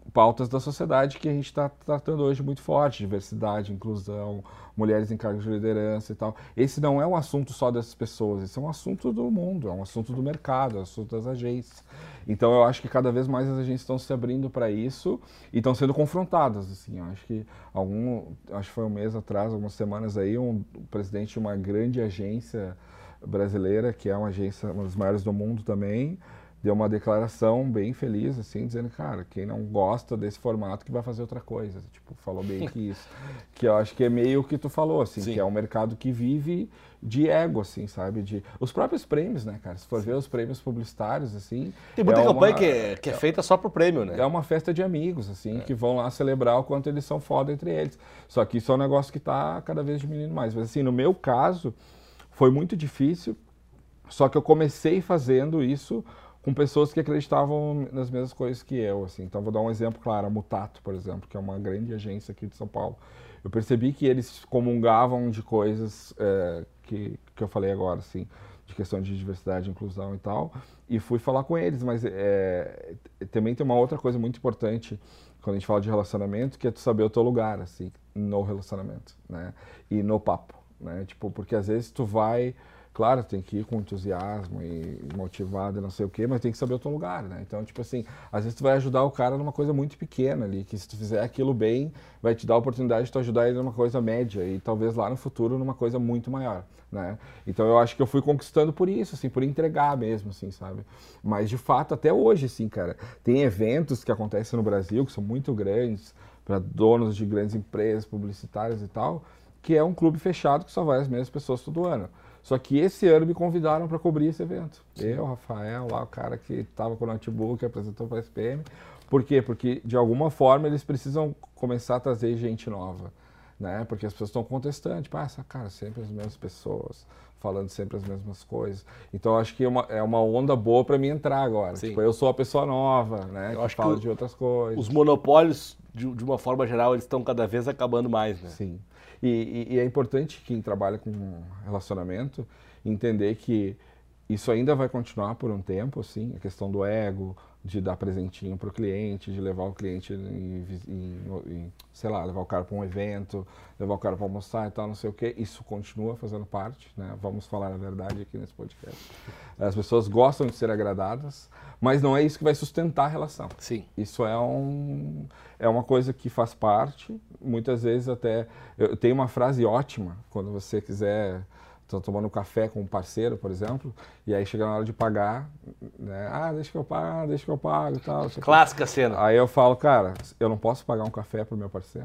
pautas da sociedade que a gente está tratando hoje muito forte, diversidade, inclusão, mulheres em cargos de liderança e tal. Esse não é um assunto só dessas pessoas, esse é um assunto do mundo, é um assunto do mercado, é um assunto das agências. Então eu acho que cada vez mais as agências estão se abrindo para isso e estão sendo confrontadas, assim. Eu acho que algum, acho que foi um mês atrás, algumas semanas aí, um, o presidente de uma grande agência brasileira, que é uma agência, uma das maiores do mundo também, deu uma declaração bem feliz, assim, dizendo, cara, quem não gosta desse formato que vai fazer outra coisa. Tipo, falou bem que isso. Que eu acho que é meio o que tu falou, assim, Sim. que é um mercado que vive de ego, assim, sabe? De, os próprios prêmios, né, cara? Se for Sim. ver os prêmios publicitários, assim... Tem muita é campanha uma, que, é, que é feita só pro prêmio, né? É uma festa de amigos, assim, é. que vão lá celebrar o quanto eles são foda entre eles. Só que isso é um negócio que tá cada vez diminuindo mais. Mas, assim, no meu caso, foi muito difícil, só que eu comecei fazendo isso com pessoas que acreditavam nas mesmas coisas que eu, assim. Então, vou dar um exemplo claro, a Mutato, por exemplo, que é uma grande agência aqui de São Paulo. Eu percebi que eles comungavam de coisas é, que, que eu falei agora, assim, de questão de diversidade, inclusão e tal, e fui falar com eles, mas é, também tem uma outra coisa muito importante quando a gente fala de relacionamento, que é tu saber o teu lugar, assim, no relacionamento, né, e no papo, né, tipo, porque às vezes tu vai... Claro, tem que ir com entusiasmo e motivado e não sei o quê, mas tem que saber o teu lugar, né? Então, tipo assim, às vezes tu vai ajudar o cara numa coisa muito pequena ali, que se tu fizer aquilo bem, vai te dar a oportunidade de tu ajudar ele numa coisa média e talvez lá no futuro numa coisa muito maior, né? Então eu acho que eu fui conquistando por isso, assim, por entregar mesmo, assim, sabe? Mas de fato, até hoje, assim, cara, tem eventos que acontecem no Brasil, que são muito grandes, para donos de grandes empresas, publicitárias e tal, que é um clube fechado que só vai as mesmas pessoas todo ano. Só que esse ano me convidaram para cobrir esse evento. Eu, Rafael, lá o cara que estava com o notebook, apresentou para a S P M. Por quê? Porque, de alguma forma, eles precisam começar a trazer gente nova, né? Porque as pessoas estão contestando, tipo, ah, essa cara, sempre as mesmas pessoas, falando sempre as mesmas coisas. Então, acho que é uma, é uma onda boa para mim entrar agora. Sim. Tipo, eu sou a pessoa nova, né? Eu que acho fala que de outras coisas. Os monopólios, de, de uma forma geral, eles estão cada vez acabando mais, né? Sim. E, e, e é importante quem trabalha com relacionamento entender que isso ainda vai continuar por um tempo, assim, a questão do ego, de dar presentinho para o cliente, de levar o cliente, em, em, em, sei lá, levar o cara para um evento, levar o cara para almoçar e tal, não sei o quê. Isso continua fazendo parte, né? Vamos falar a verdade aqui nesse podcast. As pessoas gostam de ser agradadas, mas não é isso que vai sustentar a relação. Sim. Isso é, um, é uma coisa que faz parte, muitas vezes até... Eu tenho uma frase ótima, quando você quiser... Estou tomando café com um parceiro, por exemplo, e aí chega na hora de pagar, né? Ah, deixa que eu pago, deixa que eu pago e tal. Clássica cena. Aí eu falo, cara, eu não posso pagar um café pro meu parceiro?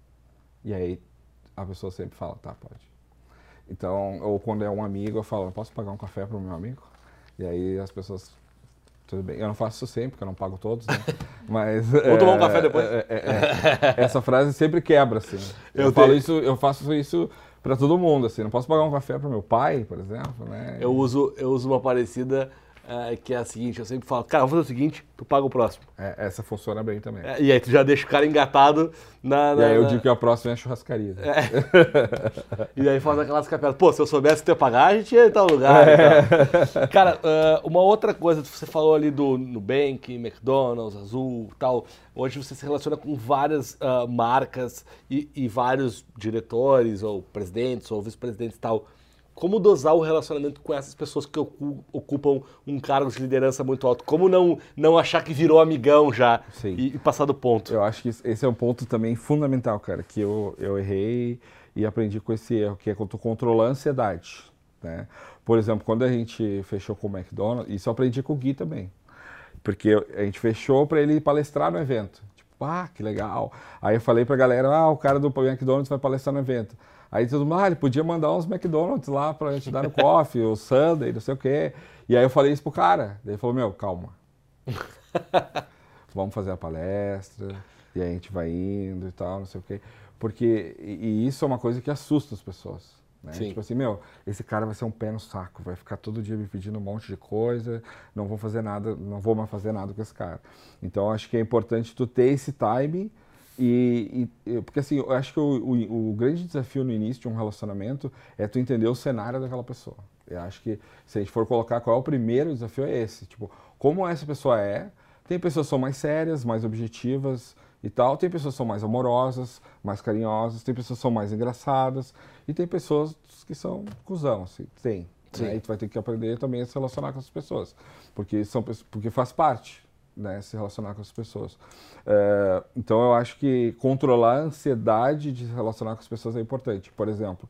E aí a pessoa sempre fala, tá, pode. Então, ou quando é um amigo, eu falo, eu posso pagar um café pro meu amigo? E aí as pessoas... Tudo bem. Eu não faço isso sempre, porque eu não pago todos, né? Mas... Vamos é, tomar um café depois. É, é, é, essa frase sempre quebra, assim. Eu, eu falo isso, eu faço isso para todo mundo, assim. Não posso pagar um café para meu pai, por exemplo, né? Eu uso, eu uso uma parecida, uh, que é a seguinte, eu sempre falo, cara, vamos fazer o seguinte, tu paga o próximo. É, essa funciona bem também. É, e aí tu já deixa o cara engatado na... na e aí eu na... digo que a próxima é a churrascaria. Né? É. E aí faz aquelas capelas. Pô, se eu soubesse que tu ia pagar, a gente ia em tal lugar. É. Tal. Cara, uh, uma outra coisa, você falou ali do Nubank, McDonald's, Azul e tal. Hoje você se relaciona com várias uh, marcas e, e vários diretores, ou presidentes, ou vice-presidentes e tal. Como dosar o relacionamento com essas pessoas que ocupam um cargo de liderança muito alto? Como não, não achar que virou amigão já e, e passar do ponto? Eu acho que esse é um ponto também fundamental, cara, que eu, eu errei e aprendi com esse erro, que é quando tu controlar a ansiedade, né? Por exemplo, quando a gente fechou com o McDonald's, isso eu aprendi com o Gui também, porque a gente fechou para ele palestrar no evento. Tipo, ah, que legal. Aí eu falei pra galera, ah, o cara do McDonald's vai palestrar no evento. Aí todo mundo, ah, ele podia mandar uns McDonald's lá pra gente dar no coffee, o Sunday, não sei o quê. E aí eu falei isso pro cara. Daí ele falou, meu, calma. Vamos fazer a palestra, e aí a gente vai indo e tal, não sei o quê. Porque, e, e isso é uma coisa que assusta as pessoas. Né? Tipo assim, meu, esse cara vai ser um pé no saco, vai ficar todo dia me pedindo um monte de coisa, não vou fazer nada, não vou mais fazer nada com esse cara. Então acho que é importante tu ter esse time. E, e, porque assim, eu acho que o, o, o grande desafio no início de um relacionamento é tu entender o cenário daquela pessoa. Eu acho que se a gente for colocar qual é o primeiro desafio é esse, tipo, como essa pessoa é, Tem pessoas que são mais sérias, mais objetivas e tal. Tem pessoas que são mais amorosas, mais carinhosas. Tem pessoas que são mais engraçadas. E tem pessoas que são cuzão, assim. Tem. Né? E tu vai ter que aprender também a se relacionar com as pessoas. Porque, são, porque faz parte, né? Se relacionar com as pessoas. É, então eu acho que controlar a ansiedade de se relacionar com as pessoas é importante. Por exemplo,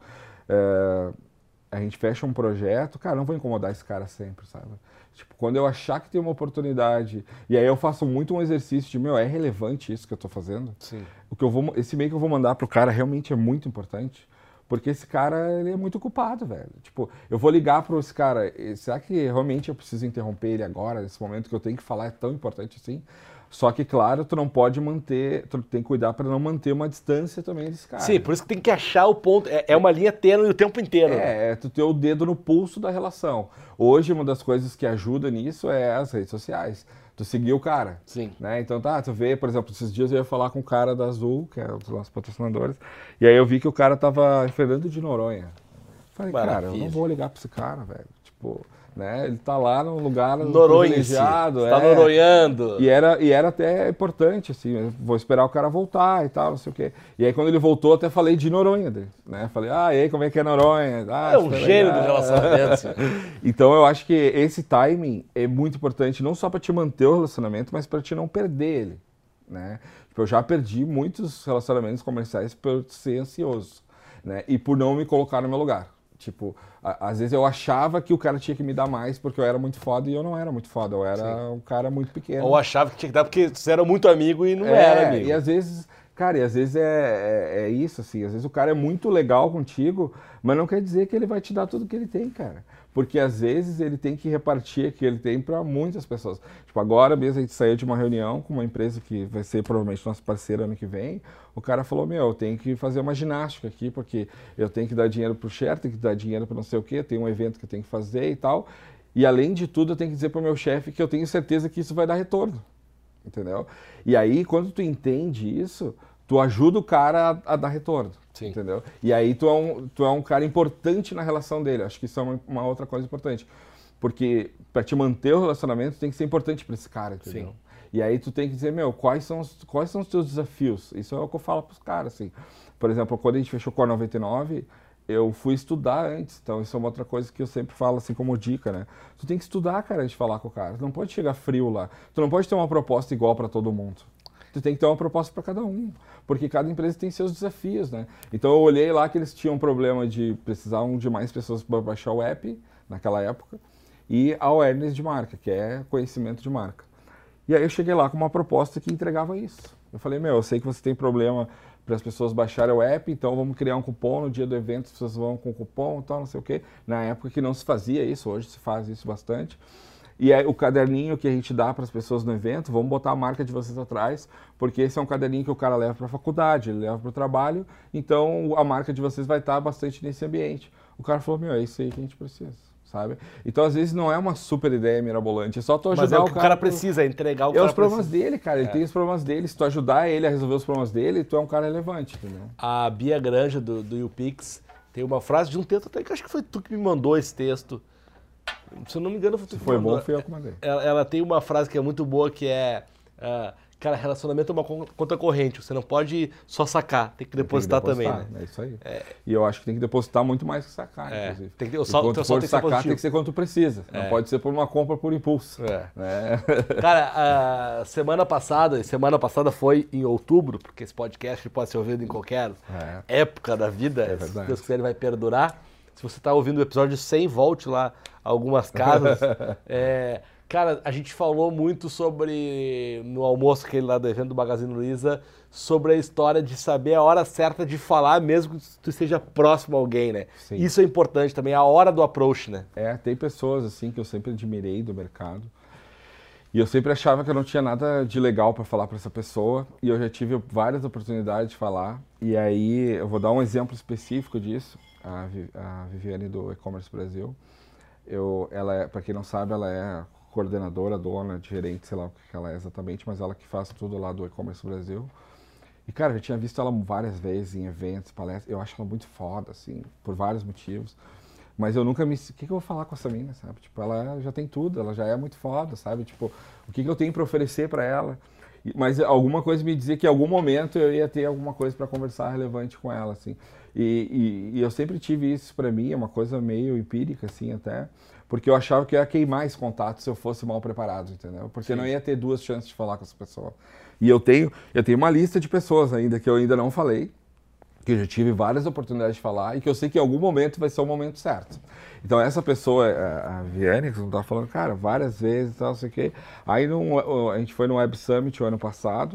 é, a gente fecha um projeto, cara, não vou incomodar esse cara sempre, sabe? Tipo, quando eu achar que tem uma oportunidade, e aí eu faço muito um exercício de, meu, é relevante isso que eu tô fazendo? Sim. O que eu vou, esse e-mail que eu vou mandar pro cara realmente é muito importante, porque esse cara, ele é muito ocupado, velho. Tipo, eu vou ligar pro esse cara, será que realmente eu preciso interromper ele agora, nesse momento que eu tenho que falar é tão importante assim? Só que, claro, tu não pode manter, tu tem que cuidar para não manter uma distância também desse cara. Sim, por isso que tem que achar o ponto, é, é uma linha tênue o tempo inteiro. É, é tu ter o dedo no pulso da relação. Hoje, uma das coisas que ajuda nisso é as redes sociais. Tu seguir o cara. Sim. Né? Então, tá, tu vê, por exemplo, esses dias eu ia falar com o cara da Azul, que é um dos nossos patrocinadores, e aí eu vi que o cara tava em Fernando de Noronha. Falei, Maravilha. cara, eu não vou ligar pra esse cara, velho. Tipo, né? Ele tá lá num lugar privilegiado, está é. noronhando. E era, e era até importante, assim, eu vou esperar o cara voltar e tal, não sei o quê. E aí quando ele voltou, até falei de Noronha dele, né? Falei, ah, e aí, como é que é Noronha? Ah, é um gênio do relacionamento. Então eu acho que esse timing é muito importante, não só para te manter o relacionamento, mas para te não perder ele, né? Tipo, eu já perdi muitos relacionamentos comerciais por ser ansioso, né? E por não me colocar no meu lugar. Tipo, a, às vezes eu achava que o cara tinha que me dar mais porque eu era muito foda e eu não era muito foda, eu era Sim. um cara muito pequeno. Ou achava que tinha que dar porque você era muito amigo e não é, era amigo. E às vezes, cara, e às vezes é, é, é isso, assim, às vezes o cara é muito legal contigo, mas não quer dizer que ele vai te dar tudo que ele tem, cara. Porque às vezes ele tem que repartir o que ele tem para muitas pessoas. Tipo, agora mesmo a gente saiu de uma reunião com uma empresa que vai ser provavelmente nossa parceira ano que vem. O cara falou, meu, eu tenho que fazer uma ginástica aqui, porque eu tenho que dar dinheiro pro share, tenho que dar dinheiro para não sei o quê, tem um evento que eu tenho que fazer e tal. E além de tudo, eu tenho que dizer pro meu chefe que eu tenho certeza que isso vai dar retorno. Entendeu? E aí, quando tu entende isso, tu ajuda o cara a, a dar retorno. Sim. Entendeu? E aí tu é, um, tu é um cara importante na relação dele. Acho que isso é uma, uma outra coisa importante. Porque para te manter o relacionamento, tem que ser importante para esse cara, entendeu? Sim. E aí tu tem que dizer, meu, quais são os, quais são os teus desafios? Isso é o que eu falo pros caras, assim. Por exemplo, quando a gente fechou com a noventa e nove, eu fui estudar antes. Então isso é uma outra coisa que eu sempre falo, assim, como dica, né? Tu tem que estudar, cara, antes de falar com o cara. Tu não pode chegar frio lá. Tu não pode ter uma proposta igual para todo mundo. Tu tem que ter uma proposta para cada um, porque cada empresa tem seus desafios, né? Então eu olhei lá que eles tinham um problema de precisavam de mais pessoas para baixar o app, naquela época, e a awareness de marca, que é conhecimento de marca. E aí eu cheguei lá com uma proposta que entregava isso. Eu falei, meu, eu sei que você tem problema para as pessoas baixarem o app, então vamos criar um cupom no dia do evento, as pessoas vão com cupom e tal, não sei o quê. Na época que não se fazia isso, hoje se faz isso bastante. E aí, o caderninho que a gente dá para as pessoas no evento, vamos botar a marca de vocês atrás, porque esse é um caderninho que o cara leva para a faculdade, ele leva para o trabalho, então a marca de vocês vai estar bastante nesse ambiente. O cara falou, meu, é isso aí que a gente precisa, sabe? Então, às vezes, não é uma super ideia mirabolante, é só tu ajudar Mas é o o que cara... o cara precisa, é entregar o que É o os cara problemas precisa. dele, cara, ele é. tem os problemas dele, se tu ajudar ele a resolver os problemas dele, tu é um cara relevante, entendeu? A Bia Granja, do, do YouPix, tem uma frase de um texto, até que acho que foi tu que me mandou esse texto. Se eu não me engano, foi tu que foi mandou. bom, foi eu que mandei. Ela, ela tem uma frase que é muito boa, que é... Uh, cara, relacionamento é uma conta corrente. Você não pode só sacar, tem que depositar, tem que depositar também, né? É isso aí. É. E eu acho que tem que depositar muito mais que sacar, é. inclusive. Tem que, o sal, quando teu for tem sacar, que tem que ser quando tu precisa. É. Não pode ser por uma compra por impulso. É. Né? Cara, a semana passada, semana passada foi em outubro, porque esse podcast pode ser ouvido em qualquer é. época da vida. É se Deus quiser, ele vai perdurar. Se você está ouvindo o episódio cem, volte lá a algumas casas. é, cara, a gente falou muito sobre, no almoço aquele lá do evento do Magazine Luiza, sobre a história de saber a hora certa de falar, mesmo que tu esteja próximo a alguém, né? Sim. Isso é importante também, a hora do approach, né? É, tem pessoas assim que eu sempre admirei do mercado. E eu sempre achava que eu não tinha nada de legal para falar para essa pessoa. E eu já tive várias oportunidades de falar. E aí, eu vou dar um exemplo específico disso. A, a Viviane do E-Commerce Brasil. Eu, ela é, para quem não sabe, ela é coordenadora, dona, gerente, sei lá o que ela é exatamente, mas ela que faz tudo lá do E-Commerce Brasil. E, cara, eu já tinha visto ela várias vezes em eventos, palestras. Eu acho ela muito foda, assim, por vários motivos. Mas eu nunca me... O que, que eu vou falar com essa mina, sabe? Tipo, ela já tem tudo, ela já é muito foda, sabe? Tipo, o que, que eu tenho para oferecer para ela? Mas alguma coisa me dizia que em algum momento eu ia ter alguma coisa para conversar relevante com ela, assim. E, e, e eu sempre tive isso para mim, é uma coisa meio empírica, assim, até, porque eu achava que eu ia queimar esse contato se eu fosse mal preparado, entendeu? Porque Sim. não ia ter duas chances de falar com essa pessoa. E eu tenho, eu tenho uma lista de pessoas ainda que eu ainda não falei, que eu já tive várias oportunidades de falar e que eu sei que em algum momento vai ser o momento certo. Então essa pessoa, a Viane, que você estava falando, cara, várias vezes, tal, não sei o quê. Aí num, a gente foi no Web Summit o ano passado,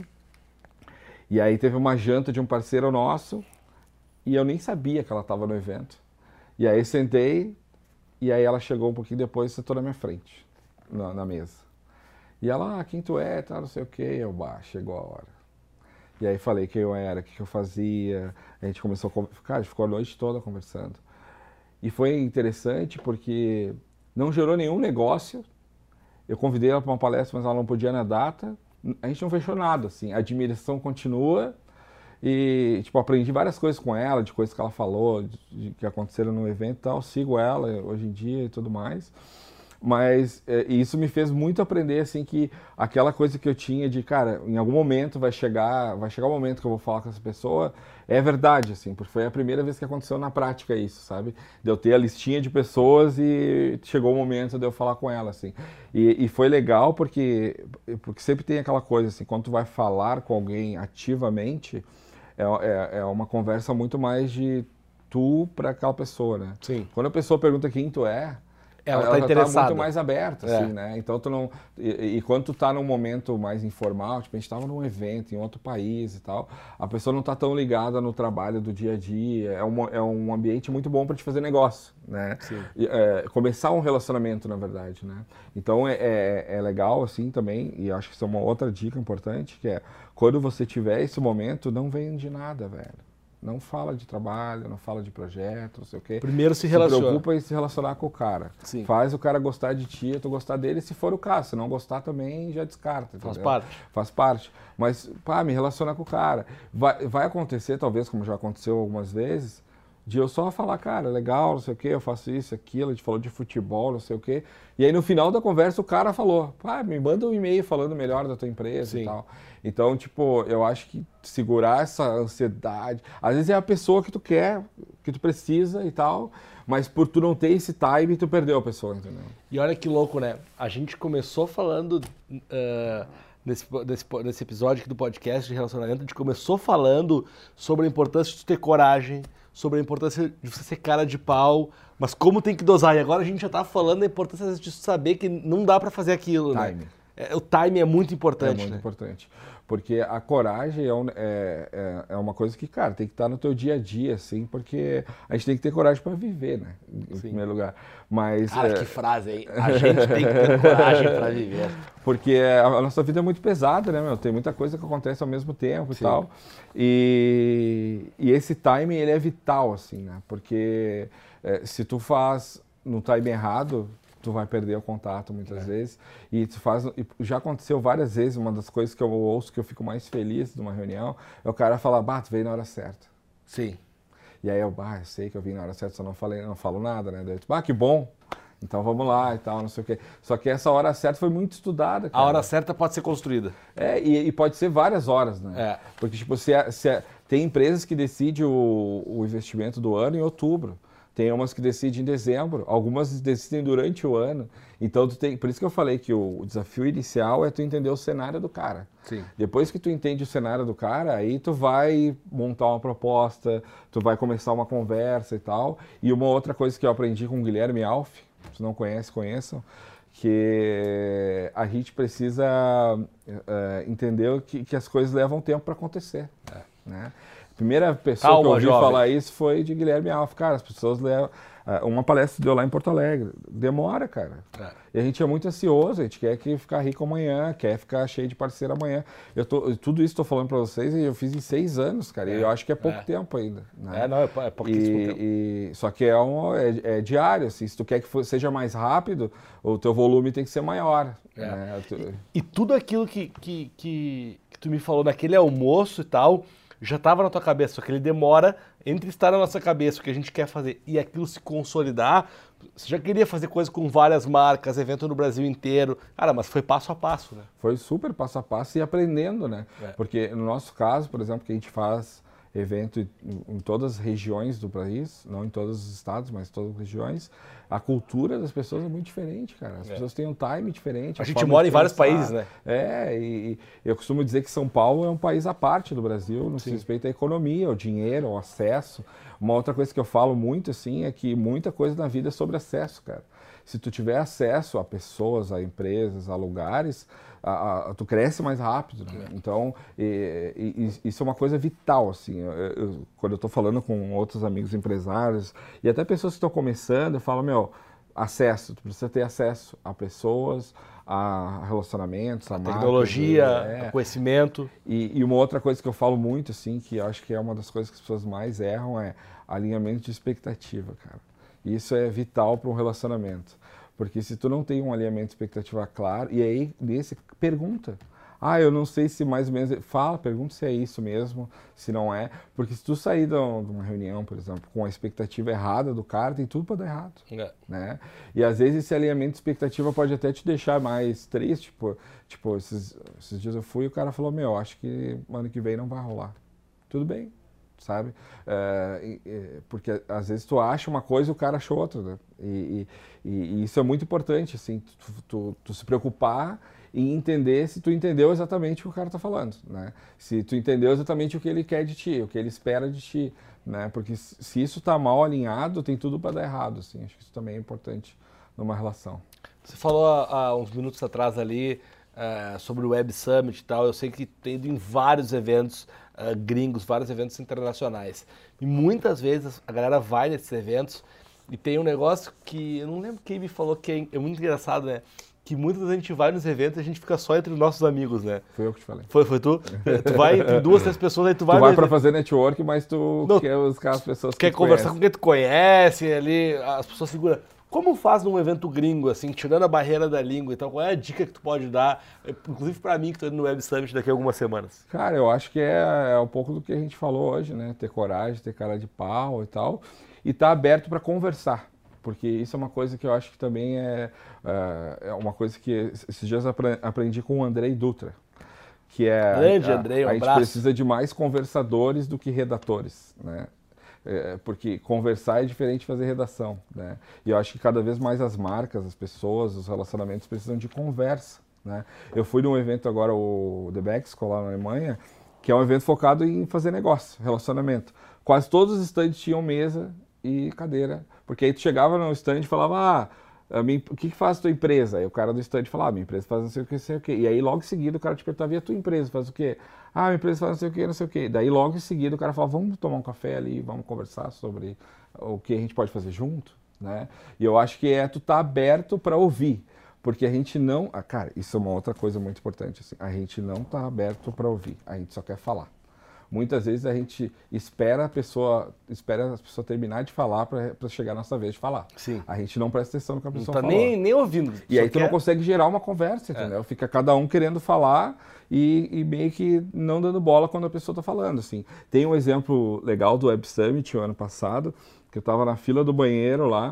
e aí teve uma janta de um parceiro nosso, e eu nem sabia que ela estava no evento. E aí sentei, e aí ela chegou um pouquinho depois e sentou na minha frente, na, na mesa. E ela, ah, quem tu é, tal, não sei o quê. Eu, bah, chegou a hora. E aí falei quem eu era, o que eu fazia, a gente começou a conversar, cara, a gente ficou a noite toda conversando. E foi interessante porque não gerou nenhum negócio, eu convidei ela para uma palestra, mas ela não podia na data, a gente não fechou nada, assim, a admiração continua e, tipo, aprendi várias coisas com ela, de coisas que ela falou, de, de que aconteceram no evento e tal, sigo ela hoje em dia e tudo mais. Mas é, isso me fez muito aprender, assim, que aquela coisa que eu tinha de, cara, em algum momento vai chegar, vai chegar o momento que eu vou falar com essa pessoa, é verdade, assim, porque foi a primeira vez que aconteceu na prática isso, sabe? De eu ter a listinha de pessoas e chegou o momento de eu falar com ela, assim. E, e foi legal porque, porque sempre tem aquela coisa, assim, quando tu vai falar com alguém ativamente, é, é, é uma conversa muito mais de tu para aquela pessoa, né? Sim. Quando a pessoa pergunta quem tu é, ela, ela tá interessada. Tá muito mais aberta, assim, é. né? Então tu não... E, e quando tu tá num momento mais informal, tipo, a gente tava num evento em outro país e tal, a pessoa não tá tão ligada no trabalho do dia a dia, é um, é um ambiente muito bom para te fazer negócio, né? Sim. E, é, começar um relacionamento, na verdade, né? Então é, é, é legal, assim, também, e acho que isso é uma outra dica importante, que é, quando você tiver esse momento, não vende nada, velho. Não fala de trabalho, não fala de projeto, não sei o quê. Primeiro se relaciona. Se preocupa em se relacionar com o cara. Sim. Faz o cara gostar de ti, tu gostar dele, se for o caso. Se não gostar também, já descarta. Faz entendeu? parte. Faz parte. Mas, pá, me relacionar com o cara. Vai, vai acontecer, talvez, como já aconteceu algumas vezes, de eu só falar, cara, legal, não sei o quê, eu faço isso, aquilo, a gente falou de futebol, não sei o quê. E aí no final da conversa o cara falou, pá, me manda um e-mail falando melhor da tua empresa Sim. e tal. Então, tipo, eu acho que segurar essa ansiedade, às vezes é a pessoa que tu quer, que tu precisa e tal, mas por tu não ter esse time, tu perdeu a pessoa, entendeu? E olha que louco, né? A gente começou falando... Uh... Nesse, nesse, nesse episódio aqui do podcast de relacionamento, a gente começou falando sobre a importância de ter coragem, sobre a importância de você ser cara de pau, mas como tem que dosar. E agora a gente já tá falando da importância de saber que não dá para fazer aquilo, time. né? É, o time é muito importante, É muito né? importante. Porque a coragem é, um, é, é, é uma coisa que, cara, tem que estar no teu dia a dia, assim, porque a gente tem que ter coragem para viver, né? Em Sim. primeiro lugar. Mas, cara, é... que frase aí. A gente tem que ter coragem para viver. Porque a nossa vida é muito pesada, né, meu? Tem muita coisa que acontece ao mesmo tempo Sim. e tal. E, e esse timing, ele é vital, assim, né? Porque é, se tu faz no time errado, tu vai perder o contato muitas é. vezes. E tu faz, e já aconteceu várias vezes, uma das coisas que eu ouço que eu fico mais feliz de uma reunião, é o cara falar, bah, tu veio na hora certa. Sim. E aí eu, bah, eu sei que eu vim na hora certa, só não falei, não falo nada, né? Daí eu, bah, que bom. Então vamos lá e tal, não sei o quê. Só que essa hora certa foi muito estudada, cara. A hora certa pode ser construída. É, e, e pode ser várias horas, né? É. Porque, tipo, se, é, se é, tem empresas que decidem o, o investimento do ano em outubro. Tem umas que decidem em dezembro, algumas decidem durante o ano. Então, tu tem, por isso que eu falei que o, o desafio inicial é tu entender o cenário do cara. Sim. Depois que tu entende o cenário do cara, aí tu vai montar uma proposta, tu vai começar uma conversa e tal. E uma outra coisa que eu aprendi com o Guilherme Alf, se não conhece, conheçam, que a gente precisa uh, entender que, que as coisas levam tempo para acontecer. É. Né? A primeira pessoa Calma, que eu ouvi jovem. falar isso foi de Guilherme Alf. Cara, as pessoas levam... Uma palestra deu lá em Porto Alegre. Demora, cara. É. E a gente é muito ansioso, a gente quer que ficar rico amanhã, quer ficar cheio de parceiro amanhã. Eu tô, tudo isso estou falando para vocês e eu fiz em seis anos, cara. É. E eu acho que é pouco é. tempo ainda. Né? É, não, é, é pouquíssimo e, tempo. E, só que é, um, é, é diário, assim. Se tu quer que for, seja mais rápido, o teu volume tem que ser maior. É. Né? E, e tudo aquilo que, que, que, que tu me falou naquele almoço e tal... já estava na tua cabeça, só que ele demora entre estar na nossa cabeça, o que a gente quer fazer, e aquilo se consolidar. Você já queria fazer coisa com várias marcas, evento no Brasil inteiro. Cara, mas foi passo a passo, né? Foi super passo a passo e aprendendo, né? É. Porque no nosso caso, por exemplo, que a gente faz evento em, em todas as regiões do país, não em todos os estados, mas em todas as regiões, a cultura das pessoas é muito diferente, cara. As é. pessoas têm um time diferente. A, a gente mora em vários países, né? É, e, e eu costumo dizer que São Paulo é um país à parte do Brasil, no que diz respeito à economia, ao dinheiro, ao acesso. Uma outra coisa que eu falo muito, assim, é que muita coisa na vida é sobre acesso, cara. Se tu tiver acesso a pessoas, a empresas, a lugares, a, a, tu cresce mais rápido, né? Então, e, e, isso é uma coisa vital, assim. Eu, eu, quando eu estou falando com outros amigos empresários e até pessoas que estão começando, eu falo, meu, acesso, tu precisa ter acesso a pessoas, a relacionamentos, a, a tecnologia, marcas, é. a conhecimento. E, e uma outra coisa que eu falo muito, assim, que eu acho que é uma das coisas que as pessoas mais erram, é alinhamento de expectativa, cara. Isso é vital para um relacionamento. Porque se tu não tem um alinhamento de expectativa claro, e aí, nesse, pergunta. Ah, eu não sei se mais ou menos... Fala, pergunta se é isso mesmo, se não é. Porque se tu sair de uma reunião, por exemplo, com a expectativa errada do cara, tem tudo para dar errado. É. Né? E às vezes esse alinhamento de expectativa pode até te deixar mais triste. Tipo, tipo esses, esses dias eu fui e o cara falou, meu, acho que ano que vem não vai rolar. Tudo bem. Sabe? É, porque às vezes tu acha uma coisa e o cara achou outra, né? E, e, e isso é muito importante, assim, tu, tu, tu se preocupar e entender se tu entendeu exatamente o que o cara está falando, né? Se tu entendeu exatamente o que ele quer de ti, o que ele espera de ti, né? Porque se isso está mal alinhado, tem tudo para dar errado, assim. Acho que isso também é importante numa relação. Você falou há, há uns minutos atrás ali uh, sobre o Web Summit e tal. Eu sei que tem ido em vários eventos Uh, gringos, vários eventos internacionais. E muitas vezes a galera vai nesses eventos e tem um negócio que eu não lembro quem me falou, que é, é muito engraçado, né? Que muitas vezes a gente vai nos eventos e a gente fica só entre os nossos amigos, né? Foi eu que te falei. Foi, foi tu? Tu vai entre duas, três pessoas, aí tu vai... Tu vai pra fazer network, mas tu não, quer buscar as pessoas que quer tu conversar conhece. com quem tu conhece, ali, as pessoas seguram. Como faz num evento gringo, assim, tirando a barreira da língua e tal, qual é a dica que tu pode dar, inclusive pra mim que tô indo no Web Summit daqui a algumas semanas? Cara, eu acho que é, é um pouco do que a gente falou hoje, né? Ter coragem, ter cara de pau e tal, e estar tá aberto para conversar, porque isso é uma coisa que eu acho que também é, é uma coisa que esses dias eu aprendi com o Andrei Dutra, que é... Grande, a, Andrei, um a gente abraço. precisa de mais conversadores do que redatores, né? É, porque conversar é diferente de fazer redação, né? E eu acho que cada vez mais as marcas, as pessoas, os relacionamentos precisam de conversa, né? Eu fui num evento agora, o The Bexco, lá na Alemanha, que é um evento focado em fazer negócio, relacionamento. Quase todos os stands tinham mesa e cadeira, porque aí tu chegava no stand e falava, ah, a minha, o que, que faz a tua empresa? Aí o cara do stand falava, ah, minha empresa faz não sei o que, não sei o que. E aí logo em seguida o cara te perguntava, e a tua empresa faz o quê? Ah, minha empresa faz não sei o que, não sei o que. Daí logo em seguida o cara falava, vamos tomar um café ali, vamos conversar sobre o que a gente pode fazer junto, né? E eu acho que é tu tá aberto para ouvir, porque a gente não... Ah, cara, isso é uma outra coisa muito importante, assim, a gente não tá aberto para ouvir, a gente só quer falar. Muitas vezes a gente espera a pessoa, espera a pessoa terminar de falar para chegar a nossa vez de falar. Sim. A gente não presta atenção no que a pessoa não tá falou. Nem, nem ouvindo. E aí tu quer... não consegue gerar uma conversa, entendeu? É. Fica cada um querendo falar e, e meio que não dando bola quando a pessoa está falando, assim. Tem um exemplo legal do Web Summit, o ano passado, que eu estava na fila do banheiro lá,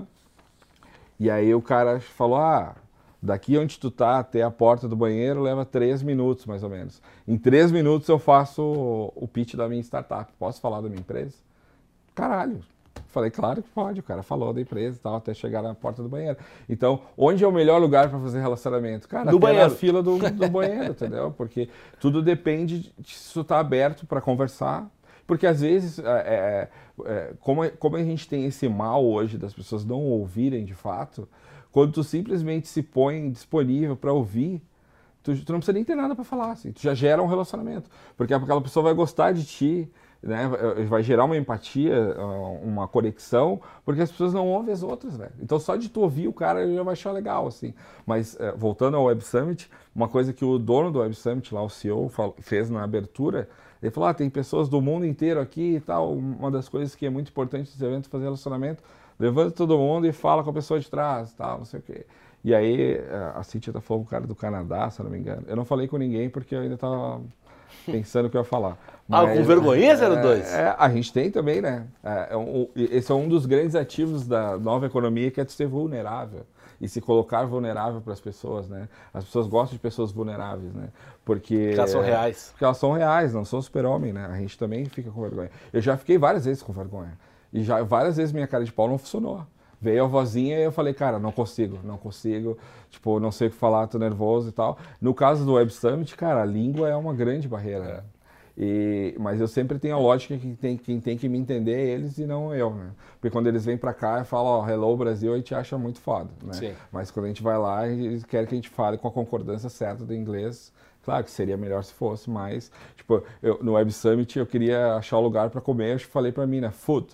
e aí o cara falou, ah... Daqui onde tu tá até a porta do banheiro leva três minutos, mais ou menos. Em três minutos eu faço o pitch da minha startup. Posso falar da minha empresa? Caralho. Falei, claro que pode. O cara falou da empresa e tal, até chegar na porta do banheiro. Então, onde é o melhor lugar para fazer relacionamento? Cara, do até banheiro. na fila do, do banheiro, entendeu? Porque tudo depende de se tu tá aberto para conversar. Porque às vezes, é, é, como, como a gente tem esse mal hoje das pessoas não ouvirem de fato... Quando tu simplesmente se põe disponível para ouvir, tu, tu não precisa nem ter nada para falar, assim, tu já gera um relacionamento. Porque aquela pessoa vai gostar de ti, né, vai gerar uma empatia, uma conexão, porque as pessoas não ouvem as outras, velho. Então só de tu ouvir o cara já vai achar legal, assim. Mas voltando ao Web Summit, uma coisa que o dono do Web Summit, lá o C E O, fez na abertura, ele falou, ah, tem pessoas do mundo inteiro aqui e tal, uma das coisas que é muito importante nesse evento é fazer relacionamento. Levanta todo mundo e fala com a pessoa de trás, tal, não sei o quê. E aí, a Cíntia tá falando com o cara do Canadá, se eu não me engano. Eu não falei com ninguém porque eu ainda tava pensando o que eu ia falar. Mas, ah, com vergonha, zero dois? É, é, a gente tem também, né? É, é um, esse é um dos grandes ativos da nova economia, que é de ser vulnerável. E se colocar vulnerável para as pessoas, né? As pessoas gostam de pessoas vulneráveis, né? Porque, porque elas são reais. Porque elas são reais, não são super-homem, né? A gente também fica com vergonha. Eu já fiquei várias vezes com vergonha. E já várias vezes minha cara de pau não funcionou. Veio a vozinha e eu falei, cara, não consigo, não consigo, tipo, não sei o que falar, tô nervoso e tal. No caso do Web Summit, cara, a língua é uma grande barreira, né? E, mas eu sempre tenho a lógica que tem, quem tem que me entender é eles e não eu, né? Porque quando eles vêm pra cá e falam, ó, oh, hello Brasil, a gente acha muito foda, né? Sim. Mas quando a gente vai lá, eles querem que a gente fale com a concordância certa do inglês. Claro que seria melhor se fosse, mas, tipo, eu, no Web Summit eu queria achar um lugar pra comer, eu falei pra mim, né, food.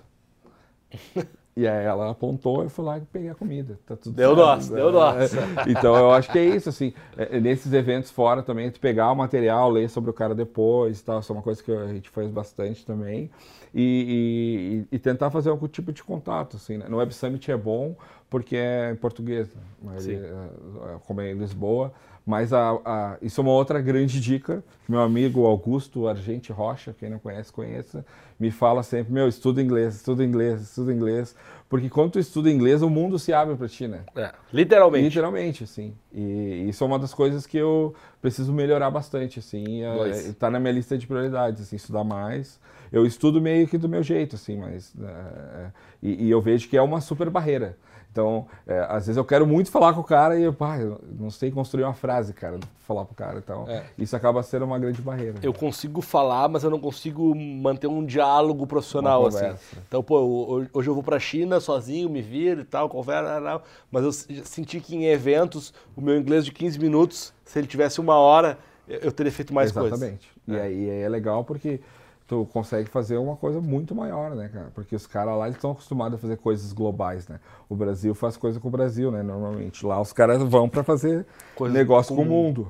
E aí ela apontou, eu fui lá e peguei a comida. Tá tudo deu certo, nossa, né? deu nossa. Então eu acho que é isso, assim, é, nesses eventos fora também, tu pegar o material, ler sobre o cara depois e tal, isso é uma coisa que a gente faz bastante também. E, e, e tentar fazer algum tipo de contato, assim, né? No Web Summit é bom porque é em português, né? Mas, é, como é em Lisboa. Mas a, a, isso é uma outra grande dica. Meu amigo Augusto Argente Rocha, quem não conhece, conheça, me fala sempre, meu, estuda inglês, estuda inglês, estuda inglês. Porque quando tu estuda inglês, o mundo se abre para ti, né? É, literalmente. Literalmente, sim. E isso é uma das coisas que eu preciso melhorar bastante, assim. É, tá na minha lista de prioridades, assim, estudar mais. Eu estudo meio que do meu jeito, assim, mas... É, e, e eu vejo que é uma super barreira. Então, é, às vezes eu quero muito falar com o cara e eu, pá, eu não sei construir uma frase, cara, pra falar pro cara. Então, é. Isso acaba sendo uma grande barreira. Eu consigo falar, mas eu não consigo manter um diálogo profissional, assim. Então, pô, hoje eu vou pra China sozinho, me viro e tal, conversa, mas eu senti que em eventos, o meu inglês de quinze minutos, se ele tivesse uma hora, eu teria feito mais coisas. Exatamente. E é. aí é legal porque tu consegue fazer uma coisa muito maior, né, cara? Porque os caras lá estão acostumados a fazer coisas globais, né? O Brasil faz coisa com o Brasil, né, normalmente. Lá os caras vão para fazer coisa negócio com o mundo.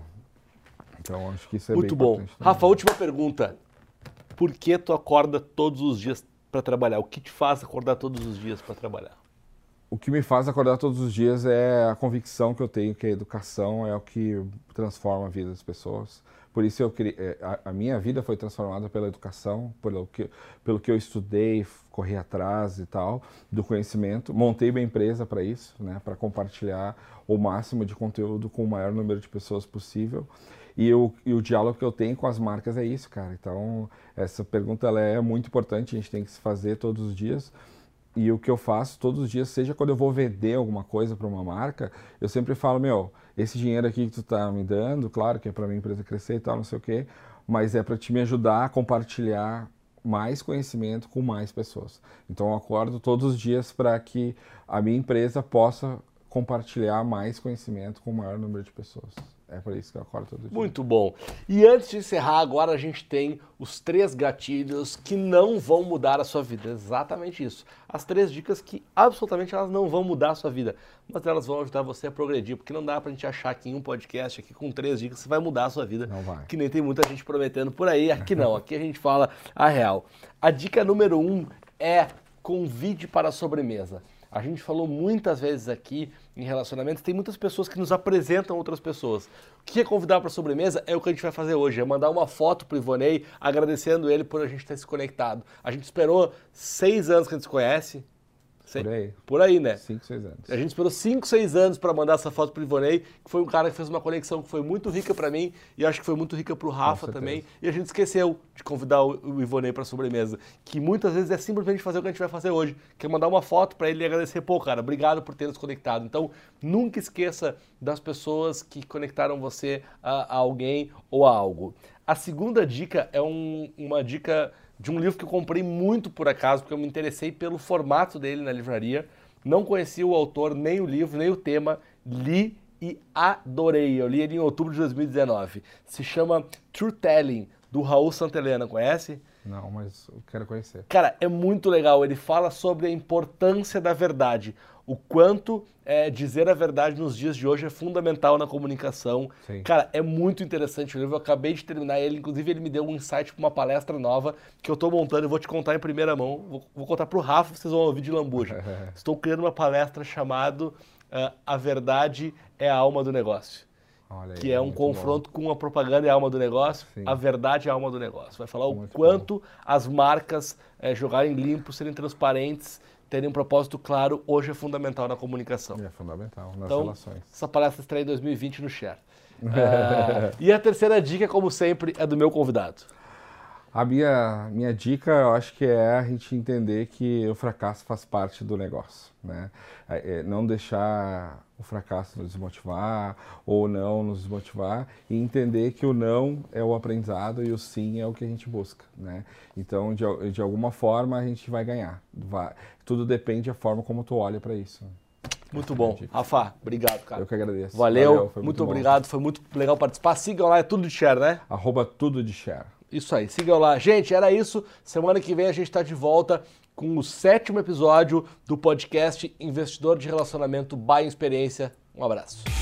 Então, acho que isso é muito bem bom. importante. Rafa, última pergunta. Por que tu acorda todos os dias para trabalhar? O que te faz acordar todos os dias para trabalhar? O que me faz acordar todos os dias é a convicção que eu tenho que a educação é o que transforma a vida das pessoas. Por isso eu queria, a, a minha vida foi transformada pela educação, pelo que, pelo que eu estudei, corri atrás e tal, do conhecimento. Montei uma empresa para isso, né, para compartilhar o máximo de conteúdo com o maior número de pessoas possível. E, eu, e o diálogo que eu tenho com as marcas é isso, cara. Então, essa pergunta ela é muito importante, a gente tem que se fazer todos os dias. E o que eu faço todos os dias, seja quando eu vou vender alguma coisa para uma marca, eu sempre falo, meu, esse dinheiro aqui que tu tá me dando, claro que é para minha empresa crescer e tal, não sei o quê, mas é para te me ajudar a compartilhar mais conhecimento com mais pessoas. Então eu acordo todos os dias para que a minha empresa possa compartilhar mais conhecimento com o maior número de pessoas. É por isso que eu acordo todo dia. Muito bom. E antes de encerrar, agora a gente tem os três gatilhos que não vão mudar a sua vida. Exatamente isso. As três dicas que absolutamente elas não vão mudar a sua vida, mas elas vão ajudar você a progredir, porque não dá pra gente achar que em um podcast aqui com três dicas você vai mudar a sua vida. Não vai. Que nem tem muita gente prometendo por aí. Aqui não, aqui a gente fala a real. A dica número um é convide para a sobremesa. A gente falou muitas vezes aqui em relacionamentos, tem muitas pessoas que nos apresentam outras pessoas. O que é convidar para a sobremesa é o que a gente vai fazer hoje, é mandar uma foto pro Ivonei agradecendo ele por a gente ter se conectado. A gente esperou seis anos que a gente se conhece. Por aí. Por aí, né? Cinco, seis anos. A gente esperou cinco, seis anos para mandar essa foto pro Ivonei, que foi um cara que fez uma conexão que foi muito rica para mim e acho que foi muito rica pro Rafa também. E a gente esqueceu de convidar o Ivonei para sobremesa, que muitas vezes é simplesmente fazer o que a gente vai fazer hoje, que é mandar uma foto para ele e agradecer, pô, cara, obrigado por ter nos conectado. Então, nunca esqueça das pessoas que conectaram você a, a alguém ou a algo. A segunda dica é um, uma dica de um livro que eu comprei muito por acaso, porque eu me interessei pelo formato dele na livraria. Não conhecia o autor, nem o livro, nem o tema. Li e adorei. Eu li ele em outubro de dois mil e dezenove. Se chama Truth Telling, do Raul Santelena. Conhece? Não, mas eu quero conhecer. Cara, é muito legal. Ele fala sobre a importância da verdade. O quanto é, dizer a verdade nos dias de hoje é fundamental na comunicação. Sim. Cara, é muito interessante o livro. Eu acabei de terminar ele. Inclusive, ele me deu um insight para uma palestra nova que eu estou montando e vou te contar em primeira mão. Vou, vou contar para o Rafa, vocês vão ouvir de lambuja. Estou criando uma palestra chamada uh, A Verdade é a Alma do Negócio. Olha aí, que é um muito confronto com a propaganda e a alma do negócio, Sim. a verdade e a alma do negócio. Vai falar Muito o quanto as marcas é, jogarem limpo, serem transparentes, terem um propósito claro, hoje é fundamental na comunicação. É fundamental nas Então, relações. essa palestra estreia em dois mil e vinte no Share. Ah, e a terceira dica, como sempre, é do meu convidado. A minha, minha dica, eu acho que é a gente entender que o fracasso faz parte do negócio, né? É, é, não deixar o fracasso nos desmotivar ou não nos desmotivar e entender que o não é o aprendizado e o sim é o que a gente busca, né? Então, de, de alguma forma, a gente vai ganhar. Vai, tudo depende da forma como tu olha para isso. Muito bom. Rafa, obrigado, cara. Eu que agradeço. Valeu, Valeu muito, muito obrigado, foi muito legal participar. Sigam lá, é tudo de Share, né? Arroba tudo de share. Isso aí, sigam lá. Gente, era isso. Semana que vem a gente está de volta com o sétimo episódio do podcast Investidor de Relacionamento by Experiência. Um abraço.